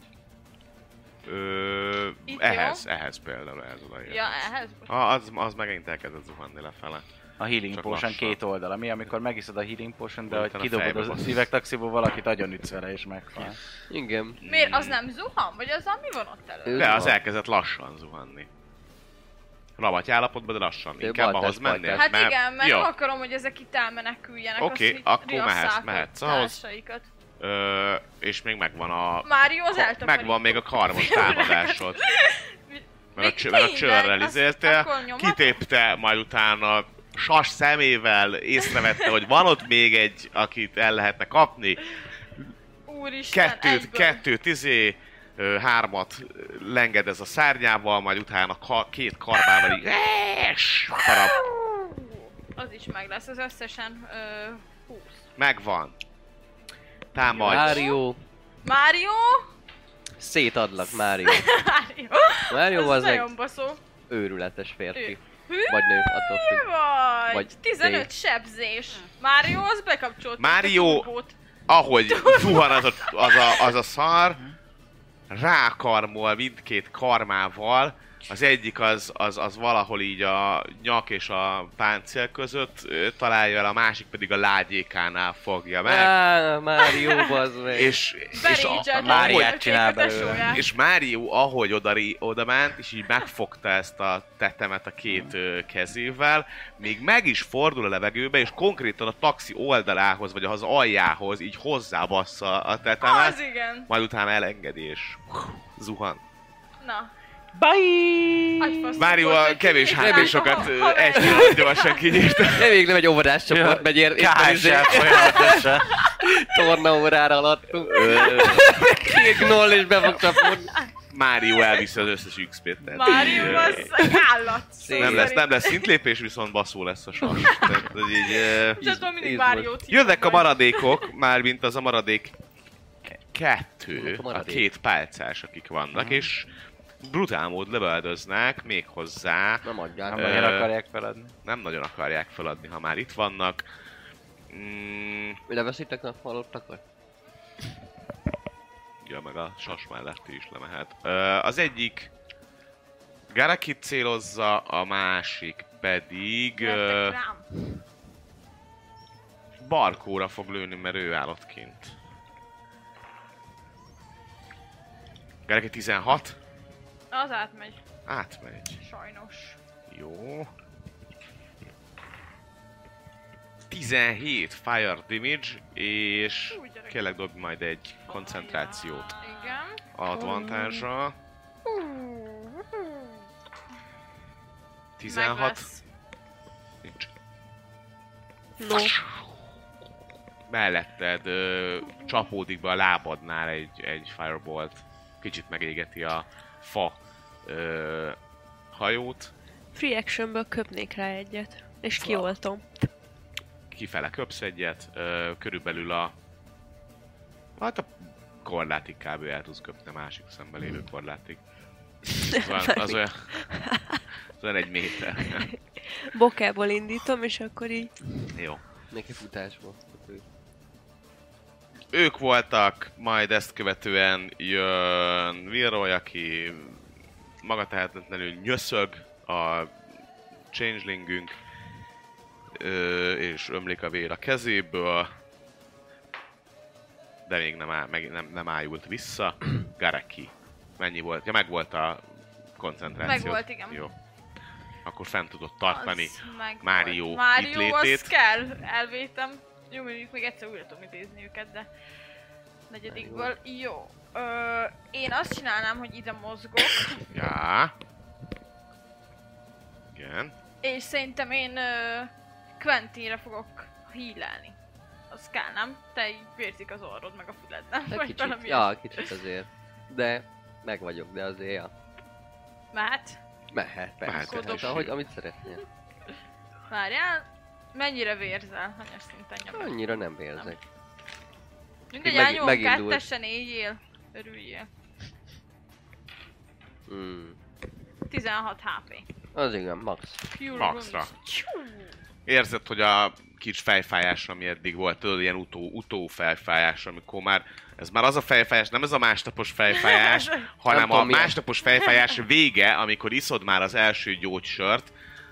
Ehhez például, ehhez oda Ja, ehhez? Az megint elkezdett zuhanni lefele. A healing Csak potion lassan. két oldala. Mi, amikor megiszod a healing potion, de Utána hogy kidobod fejbe az basz. üvegtaxiból, valakit agyonütsz vele és megfal. Igen. Miért? Az nem zuhan? Vagy azzal mi van ott elő? De az elkezdett lassan zuhanni. Rabaty állapotban, de lassan. Ő Inkább baltás, ahhoz mennél. Hát igen, mert Jó. nem akarom, hogy ezek itt elmeneküljenek. Oké, azt, hogy akkor riasszák mehetsz a ahhoz. társaikat. És még megvan a... Mário az eltakarító. Megvan még a karmos támadásod. Mert a tényleg? csőrrel Azt izéltél, akkor nyomhatom? kitépte, majd utána sas szemével észrevette, hogy van ott még egy, akit el lehetne kapni. Úristen, egyből. Hármat lengedez a szárnyával, majd utána két karbával így... Harap. Az is meg lesz, az összesen 20. Megvan. Támadj. Mário, szétadlak, Mário. Mário az egy nagyon baszó. őrületes férfi. Hű Vagy nő, attól függ. Vagy 15 sebzés. Mário az bekapcsolt Mário- a turbót. Ahogy zuhan az a szar, rákarmol mindkét karmával, az egyik az valahol így a nyak és a páncél között találja el, a másik pedig a lágyékánál fogja meg. Mário, bazd meg. És Máriát csinál belőle. És Mário, ahogy oda ment, és így megfogta ezt a tetemet a két kezével, még meg is fordul a levegőbe, és konkrétan a taxi oldalához, vagy az aljához így hozzábassza a tetemet, Az igen. majd utána elengedi, és zuhan. Na. Bye! Mário a kevés hábésokat egy pillanat gyorsan kinyírta. De még nem egy óvodás csoport megy Kássel folyamatosan. tornaórára alattunk. 2-0 és be fog csapódni. Mário elviszi az összes XP-t. Mário az egy állat. Nem lesz szintlépés, viszont baszó lesz a sas. Tehát, hogy így, És attól mindig Máriót hívom. jönnek a maradékok, mármint az a maradék kettő, A a maradék. két pálcás, akik vannak, és brutál mód lövöldöznek, méghozzá Nem adják. Nem nagyon akarják feladni. nem nagyon akarják feladni, ha már itt vannak. Leveszitek a halottakat? Ja, meg a sas melletti is lemehet. Az egyik Garakit célozza, a másik pedig Mentek rám. Barkóra fog lőni, mert ő áll ott kint. Garaki 16. Az átmegy. Átmegy. Sajnos. Jó. 17 fire damage, és Úgy, gyerek. kérlek dobj majd egy koncentrációt Igen. advantage-ra. 16. Megvesz. Nincs. No. Melletted csapódik be a lábadnál egy firebolt. Kicsit megégeti a fa hajót. Free actionből köpnék rá egyet. És kioltom. Kifele köpsz egyet, körülbelül hát a korlátig kb. El tudsz köpni, a másik szemben lévő korlátig. Az olyan 1 méter. Bokából indítom, és akkor így... Jó. Neki futás volt. Ők voltak, majd ezt követően jön Wilroy, aki maga tehetetlenül nyöszög, a changelingünk, és ömlik a vér a kezéből, de még nem ájult vissza. Garaki. Mennyi volt? Ja, meg volt a koncentráció. Meg volt, igen. Jó. Akkor fent tudott tartani Az meg Mário volt. Mário, itt-létét. az kell. Elvétem. Jó, mondjuk még egyszer újra tudom idézni őket, de... Negyedikből. Jó. Én azt csinálnám, hogy ide mozgok. Ja. Igen. És szerintem én Quentinre fogok healelni. Az kell, nem? Te így vérzik az orrod, meg a füled, nem? De Vagy kicsit, valami ja, kicsit azért. De meg vagyok, de azért, ja. Mehet? Mehet, persze. Mehet, Hát, ahogy, amit szeretnél. Várjál. Mennyire vérzel? Hanyas szinten nyomod? Annyira nem vérzek. Mindegy, Meg- elnyomom megindult. kettesen, éljél. Örüljél. 16 HP. Az igen, max. Pure Maxra. wounds. Érzed, hogy a kis fejfájás, ami eddig volt, tudod, ilyen utó fejfájás, amikor már, ez már az a fejfájás, nem ez a másnapos fejfájás, hanem Nem a tudom, milyen. másnapos fejfájás vége, amikor iszod már az első gyógysört,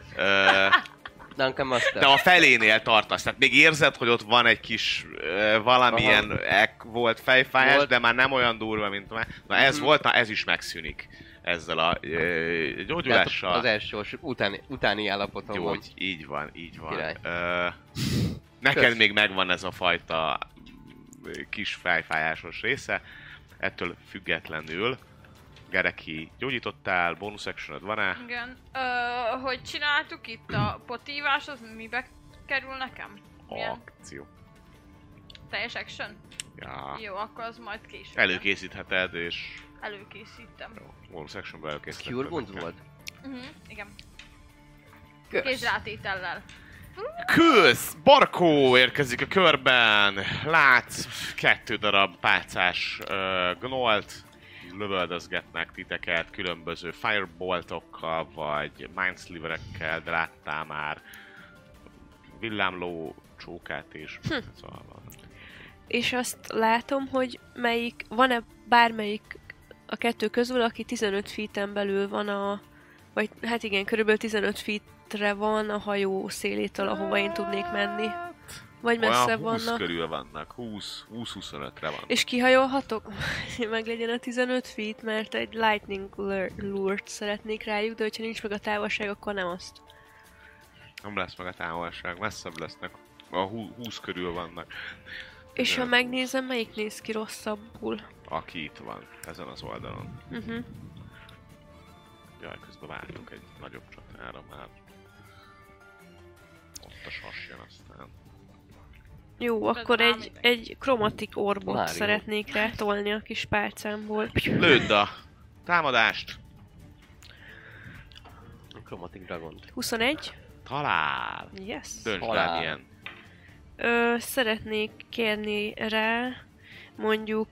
Duncan Master. de a felénél tartasz. Tehát még érzed, hogy ott van egy kis valamilyen volt fejfájás, Volt. de már nem olyan durva, mint már. Na ez volt, na ez is megszűnik ezzel a Tehát gyógyulással. az első utáni állapotom van. Gyógy, így van, így van. Király. Neked Kösz. még megvan ez a fajta kis fejfájásos része, ettől függetlenül. Gereki, gyógyítottál, bonus actionod van-e? Igen. Hogy csináltuk itt a potívás, az mibe kerül nekem? Milyen? Akció. Teljes action? Ja. Jó, akkor az majd később. Előkészítheted, és Előkészítem. jó, bonus actionből előkészítheted. Cure Wounds volt? Igen. Kösz. Kézrátétellel. Kösz! Barkó érkezik a körben! Látsz 2 darab pálcás gnolt, lövöldözgetnek titeket különböző fireboltokkal, vagy mindsliverekkel, de láttál már villámló csókát is. Szóval van. És azt látom, hogy van-e bármelyik a kettő közül, aki 15 feet-en belül van vagy hát igen, körülbelül 15 feetre van a hajó szélétől, ahova én tudnék menni. Vagy messze Olyan 20 vannak. körül vannak, 20-25-re van. És kihajolhatok? Meg legyen a 15 feet, mert egy lightning lure-t szeretnék rájuk, de hogyha nincs meg a távolság, akkor nem azt. Nem lesz meg a távolság, messzebb lesznek. A 20 körül vannak. És ha Nem. megnézem, melyik néz ki rosszabbul? Aki itt van, ezen az oldalon. Jaj, közben vártunk egy nagyobb csatára már. Ott a sas jön aztán. Jó, akkor egy chromatic orbot Mário. szeretnék rátolni a kis pálcámból. Lőd a támadást! Chromatic Dragont. 21? Talál! Yes. Döntsd Talál. el milyen. Szeretnék kérni rá mondjuk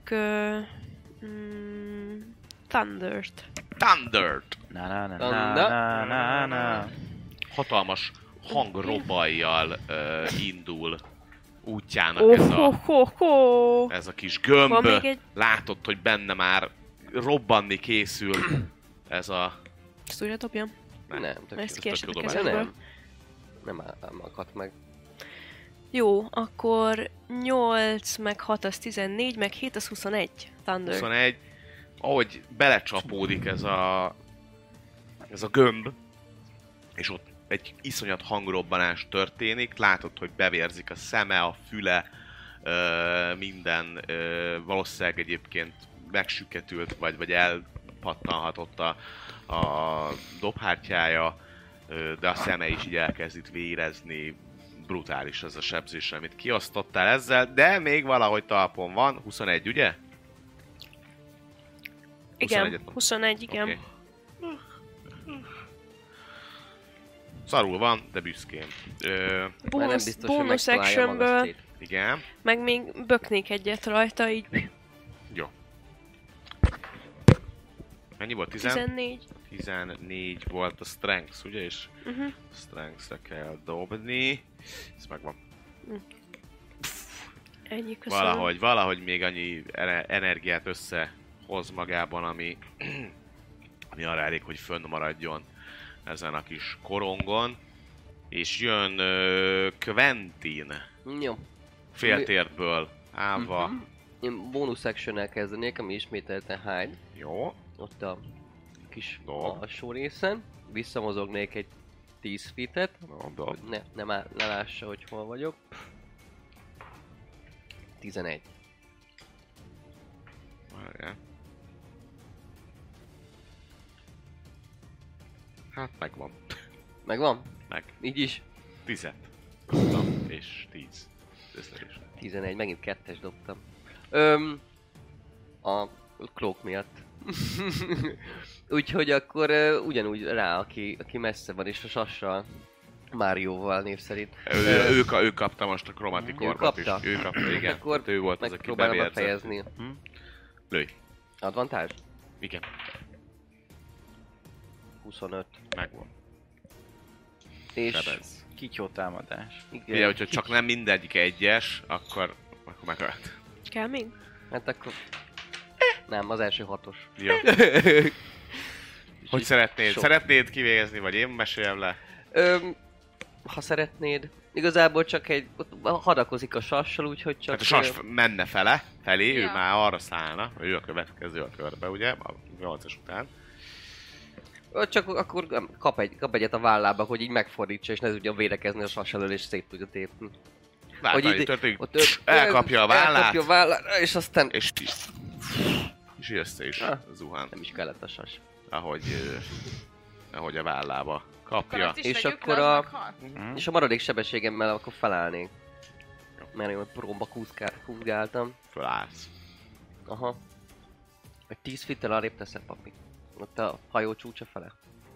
Thundert. Thundert! Na na na Na, na na na na. Hatalmas hangrobajjal indul útjának ez a kis gömb. Van még egy... Látod, hogy benne már robbanni készül ez a... Ezt újra dobjam? Nem, tök Ezt jó. kiesett a tudom, kezemből. Nem. Nem akadt meg. Jó, akkor 8 meg 6 az 14, meg 7 az 21. Thunder. 21. Ahogy belecsapódik ez a gömb, és ott egy iszonyat hangrobbanás történik, látod, hogy bevérzik a szeme, a füle, minden valószínűleg egyébként megsüketült, vagy elpattanhatott a dobhártyája, de a szeme is így elkezd itt vérezni, brutális ez a sebzés, amit kiosztottál ezzel, de még valahogy talpon van, 21, ugye? Igen, 21, igen. Okay. Szarul van, de büszkén. Mert nem biztos, hogy Bonus megtalálja actionből, magasztét. Igen. meg még böknék egyet rajta, így Jó. Mennyi volt? 14. 14 volt a strength, ugye? És strength-re kell dobni. Ez megvan. Ennyi, köszönöm. Valahogy még annyi energiát összehoz magában, ami arra elég, hogy fönn maradjon ezen a kis korongon. És jön Quentin. Jó. Féltérből állva. Én bonus action-nel kezdenék, ami ismételten hide. Jó. Ott a kis Dob. alsó részen. Visszamozognék egy 10 feet-et. Dob. Hogy ne lássa, hogy hol vagyok. 11. Várjál. Hát megvan. Megvan? Meg. Így is. 10 dobtam, és 10. Összes. 11, megint 2-es dobtam. A cloak miatt. Úgyhogy akkor ugyanúgy rá, aki messze van, és a sassal Márióval név szerint. Ő kapta most a Chromatic Ő Orbot is. kapta? Ő kapta, igen. Akkor Ő volt az, aki megpróbálom bevérzett. befejezni. Lőj. Advantage? Igen, 25. megvan. És... Sebez. Kityó támadás. Igen. Ugye, hogyha csak nem mindegyik egyes, akkor megölt. Kell még? Hát akkor... Nem, az első 6-os. Jó. Hogy szeretnéd? Sok. Szeretnéd kivégezni, vagy én meséljem le? Ha szeretnéd. Igazából csak egy... hadakozik a sassal, úgyhogy csak... Hát a sas menne felé, ő Ja. már arra szállna, ő a következő a körbe, ugye, a 8-as után. Csak akkor kap egyet a vállába, hogy így megfordítsa, és ne tudjon védekezni a sas elől, és szét tudja tépni. Látod, Hogy hogy így- történik, Ott elkapja a vállát, Elkapja a vállát, és aztán... és össze is zuhan, Nem is kellett a sas. ahogy a vállába Akkor kapja. azt is És vegyük akkor le, az a- meghal. És a maradék sebességemmel akkor felállnék. Mert én próba kúzgáltam. Fölállsz. Aha. Egy 10 fittel arrébb teszem, papi. Ott a hajó csúcsa fele.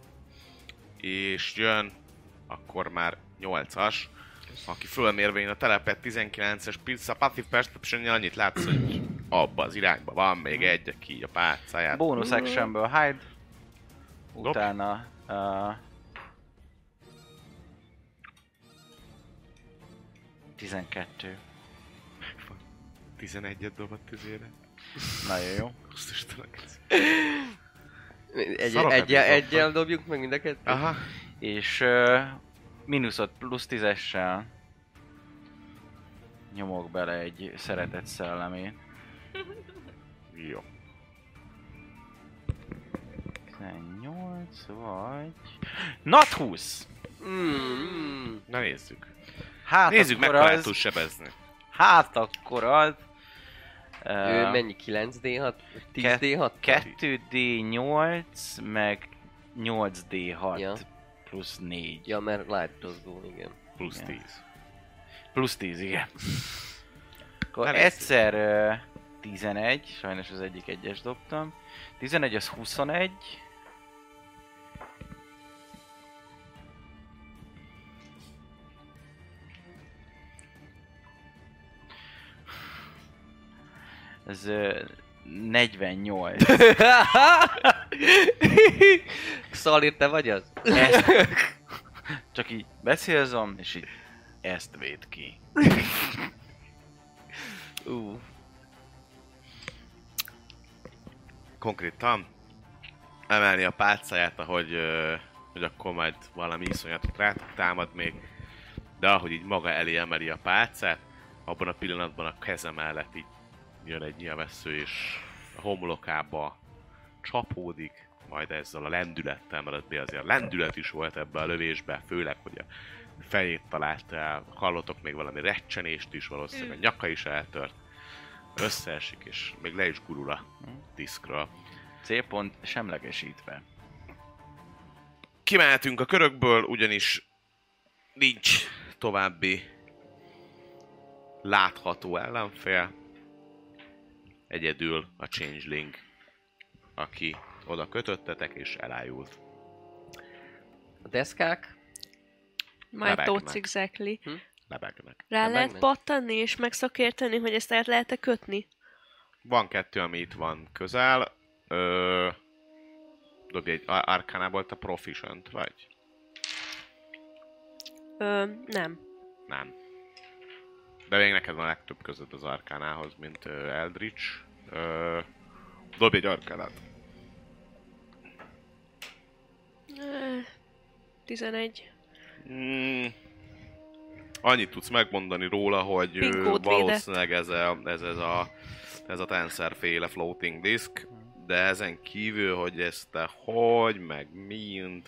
És jön, akkor már 8-as, aki fölmérvén a telepet 19-es Pizza Passive Perception-jel annyit látsz, hogy abba az irányba van még egy, aki így a pálcáját. Bonus actionből hide. Utána... 12. 11-et dobott üzére. Nagyon jó. Azt Istenem. Egyel epizódban. dobjuk meg mind a kettőt. Aha. És mínuszot plusz 10-essel nyomok bele egy szeretett szellemét. Jó. 18 vagy... Not 20! Na nézzük. Hát Nézzük meg, akkor lehet az... tud sebezni. Hát akkor az... Ő mennyi? 9D6? 10D6? 2D8, meg 8D6 Ja. plusz 4. Ja, mert light go, igen. Plusz Igen. 10. Plusz 10, igen. Akkor Elég egyszer 11, sajnos az egyik egyes dobtam. 11 az 21. Ez 48. Szalir, te vagy az? Ezt, csak így beszélzom, és így ezt véd ki. Konkrétan emelni a pálcáját, hogy akkor majd valami iszonyatot rátok támad még, de ahogy így maga elé emeli a pálcát, abban a pillanatban a keze mellett így jön egy nyilvessző, és a homlokába csapódik, majd ezzel a lendülettel marad be, azért a lendület is volt ebbe a lövésbe, főleg, hogy a fejét talált el, hallotok még valami recsenést is, valószínűleg a nyaka is eltört, összeesik, és még le is gurul a diszkről. Célpont semlegesítve. Kimehetünk a körökből, ugyanis nincs további látható ellenfél. Egyedül a Changeling, aki oda kötöttetek és elájult. A deszkák? My Lebegnek. thoughts exactly. Lebegnek. Rá lehet Lebegnek? pattanni és megszakérteni, hogy ezt el lehet-e kötni? Van kettő, ami itt van közel. Dobj egy Arcanából, te proficient vagy? Nem. Nem. De még neked van legtöbb között az Arcanához, mint Eldritch. Dobj egy Arcanát. 11. Annyit tudsz megmondani róla, hogy PIN kód valószínűleg ez a tenszerféle floating disk, de ezen kívül, hogy ezt te hogy, meg mint...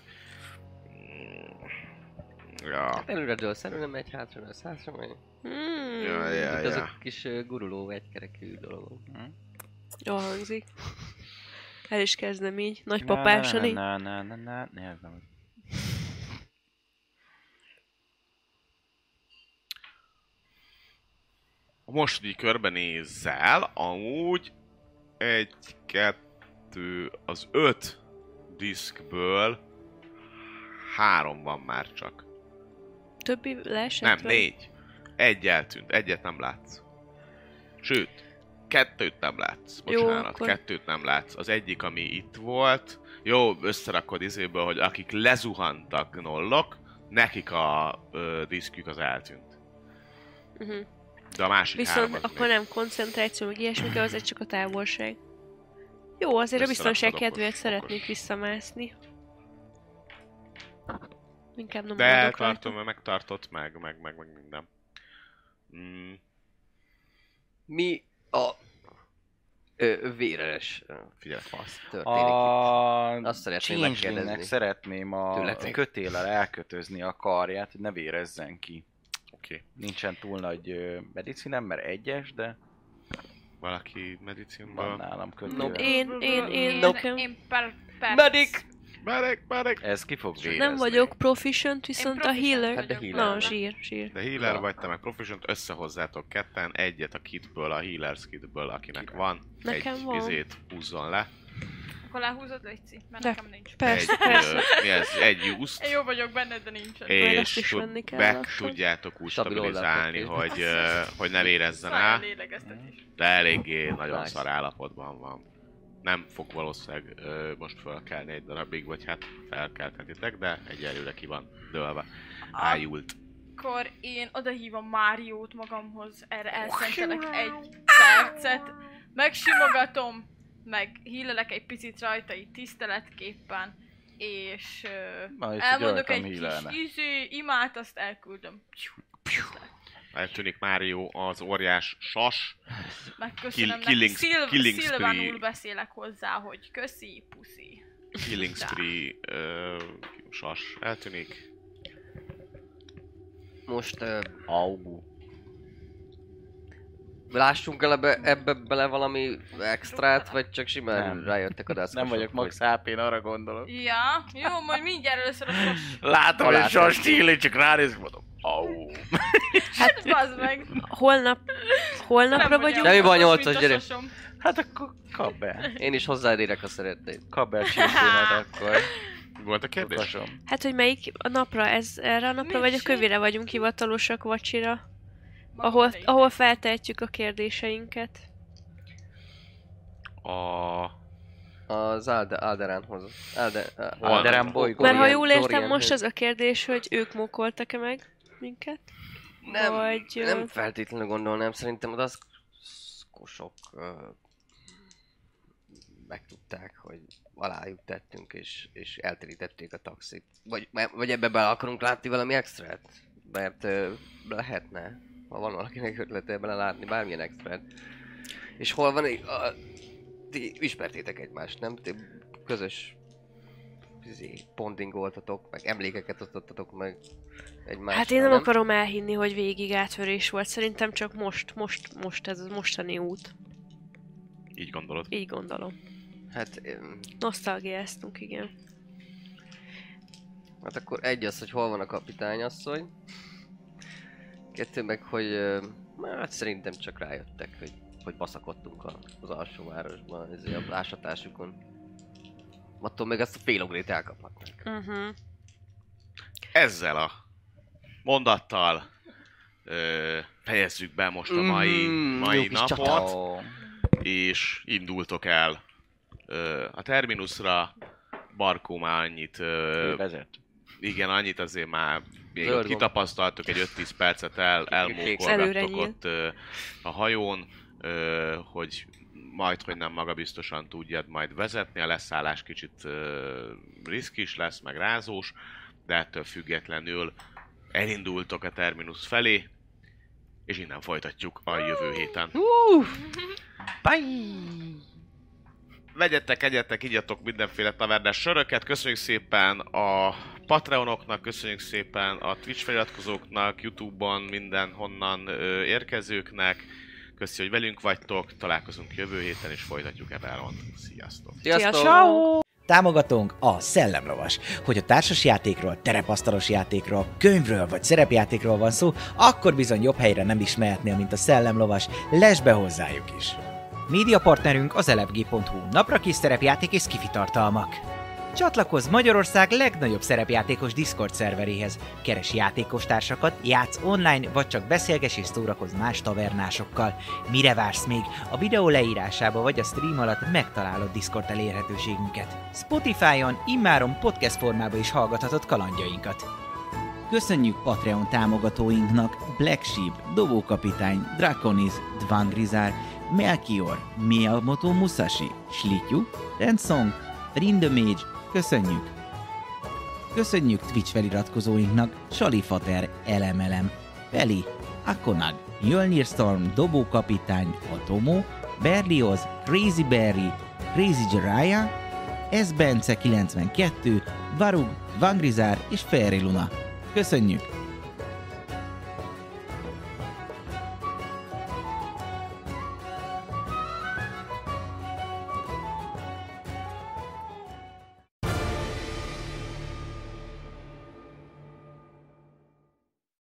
Ja. Előre dőlsz, előre megy, hátra dőlsz, hátra megy. Ja. Itt azok kis guruló egykerekű dolgok. Jól hangzik. El is kezdem így. Nagypapásani. Nyelvem. Most így körbenézzel, amúgy 1, 2, az 5 diszkből 3 van már csak. többi leesett? Nem, vagy? 4. Egy eltűnt, egyet nem látsz. Sőt, 2 nem látsz. Bocsánat, akkor- 2 nem látsz. Az egyik, ami itt volt, jó, összerakod izéből, hogy akik lezuhantak gnollok, nekik a diszkük az eltűnt. Uh-huh. De a másik Viszont 3 az akkor még. nem koncentráció, meg ilyesmi kell, az egy csak a távolság. Jó, azért a biztonság Összerakod kedvéért okos. szeretnék visszamászni. Inkább nem De maradok eltartom, rajta. mert megtartott, meg minden. Mi a véres Figyelj. fasz történik itt? Azt szeretném Changelingnek megkérdezni. szeretném a Tőletek. kötéllel elkötözni a karját, hogy ne vérezzen ki. Oké. Nincsen túl nagy medicinem, mert 1-es, de Valaki van medicinban. nálam kötéllel. Nope. Én Nope. nekem Én per Medic! Meredek! Ez ki fog vérezni. nem vagyok proficient, viszont a proficient healer... Hát de vagyok. healer Na, vagy. zsír. De healer Na. vagy, te meg proficient, összehozzátok ketten, egyet a kitből, a healers kitből, akinek van. Nekem egy van. izét húzzon le. Akkor lehúzod, Léci, mert De. nekem nincs. Persze, Egy, persze. mi ez? Egy juszt. Én jó vagyok benned, de nincsen. Majd ezt És is venni kell meg lassan. tudjátok úgy Stabil stabilizálni, oldalfekvés. hogy ne vérezzen Szar a el, lélegeztetés. de eléggé nagyon Nice. szar állapotban van. Nem fog valószínűleg most felkelni egy darabig, vagy hát felkelthetitek, de egyelőre ki van dőlve. Ájult. Akkor én odahívom Máriót magamhoz, erre elszentelek 1 percet, megsimogatom, meg hílelek egy picit rajta így tiszteletképpen, és Majd elmondok figyeltem, egy kis hílelne. imát, azt elküldöm. Eltűnik Mário az óriás sas. Megköszönöm Killing- neki. killing Szilvánul spree. beszélek hozzá, hogy köszi, puszi. Killing spree sas eltűnik. Most Au. lássunk el ebbe bele valami extrát, vagy csak simán Nem. rájöttek a daszkosok? Nem vagyok max HP-n, arra gondolok. Ja, jó, majd mindjárt először a sos. Látom, hogy Találtam. sas stíli, csak ránézek, mondom. Au. Hát bazd meg. Holnapra Nem vagyunk. Semmi baj, olyan 8-as, mint a gyere. sosom. Hát akkor kap be. Én is hozzáérek, ha szeretnéd. Kap be a csirkénet akkor. Volt a kérdés? Kasom. Hát, hogy melyik a napra, erre a napra, vagy a kövire vagyunk hivatalosak vacsira? Ahol feltehetjük a kérdéseinket. Az Alderánhoz. Alderán bolygó. Mert ha Dorian- jól értem, Dorianhez. most az a kérdés, hogy ők mókoltak-e meg minket? Nem, Vagy, nem feltétlenül gondolnám, szerintem a daszkosok megtudták, hogy alájuk tettünk, és elterítették a taxit. Vagy ebbe bele akarunk látni valami extrát? Mert lehetne, ha van valakinek ötlete bele látni bármilyen extrát. És hol van, ti ismertétek egymást, nem? Ti közös bondingoltatok, meg emlékeket osztottatok meg egymásra, Hát én nem akarom elhinni, hogy végig átverés volt. Szerintem csak most ez a mostani út. Így gondolod. Így gondolom. Hát, Nosztalgiáztunk, igen. hát akkor egy az, hogy hol van a kapitányasszony. 2 meg, hogy hát szerintem csak rájöttek, hogy baszakodtunk az alsóvárosban, ezért a ásatásukon. Attól még ezt a félogrét elkaphatnák. Uh-huh. Ezzel a mondattal fejezzük be most a mai jó kis napot, csata. és indultok el a terminusra. Barkó már annyit, Vezet. igen, annyit azért már még Zöld ott van. kitapasztaltok, egy 5-10 percet Előre elmókolgattok nyílt. ott a hajón, hogy majd, hogy nem magabiztosan tudjad majd vezetni, a leszállás kicsit riszkis lesz, meg rázós, de ettől függetlenül elindultok a terminus felé, és innen folytatjuk a jövő héten. Vegyetek, egyetek, igyatok mindenféle tavernás söröket, köszönjük szépen a Patreonoknak, köszönjük szépen a Twitch feliratkozóknak, Youtube-on mindenhonnan érkezőknek, köszi, hogy velünk vagytok, találkozunk jövő héten és folytatjuk Eberron. Sziasztok! Sziasztok! Támogatónk a Szellemlovas. Hogy a társasjátékról, terepasztalos játékról, könyvről vagy szerepjátékról van szó, akkor bizony jobb helyre nem is mehetnél, mint a Szellemlovas. Lesz be hozzájuk is! Média partnerünk az elefg.hu, napra kis szerepjáték és skifi tartalmak. Csatlakozz Magyarország legnagyobb szerepjátékos Discord szerveréhez. Keres játékostársakat, játsz online, vagy csak beszélges és szórakozz más tavernásokkal. Mire vársz még? A videó leírásába vagy a stream alatt megtalálod Discord elérhetőségünket. Spotify-on immáron podcast formában is hallgathatod kalandjainkat. Köszönjük Patreon támogatóinknak Black Sheep, Dobókapitány, Draconis, Dvangrizár, Melchior, Miyamoto Musashi, Slityu, Rensong, Rindemage, köszönjük! Köszönjük Twitch feliratkozóinknak Salifater, Elemelem, Feli, Akonag, Mjölnir Storm, Dobókapitány, Atomo, Berlioz, Crazy Berry, Crazy Jiraiya, S. Bence 92, Varug, Vangrizár és Fairy Luna. Köszönjük!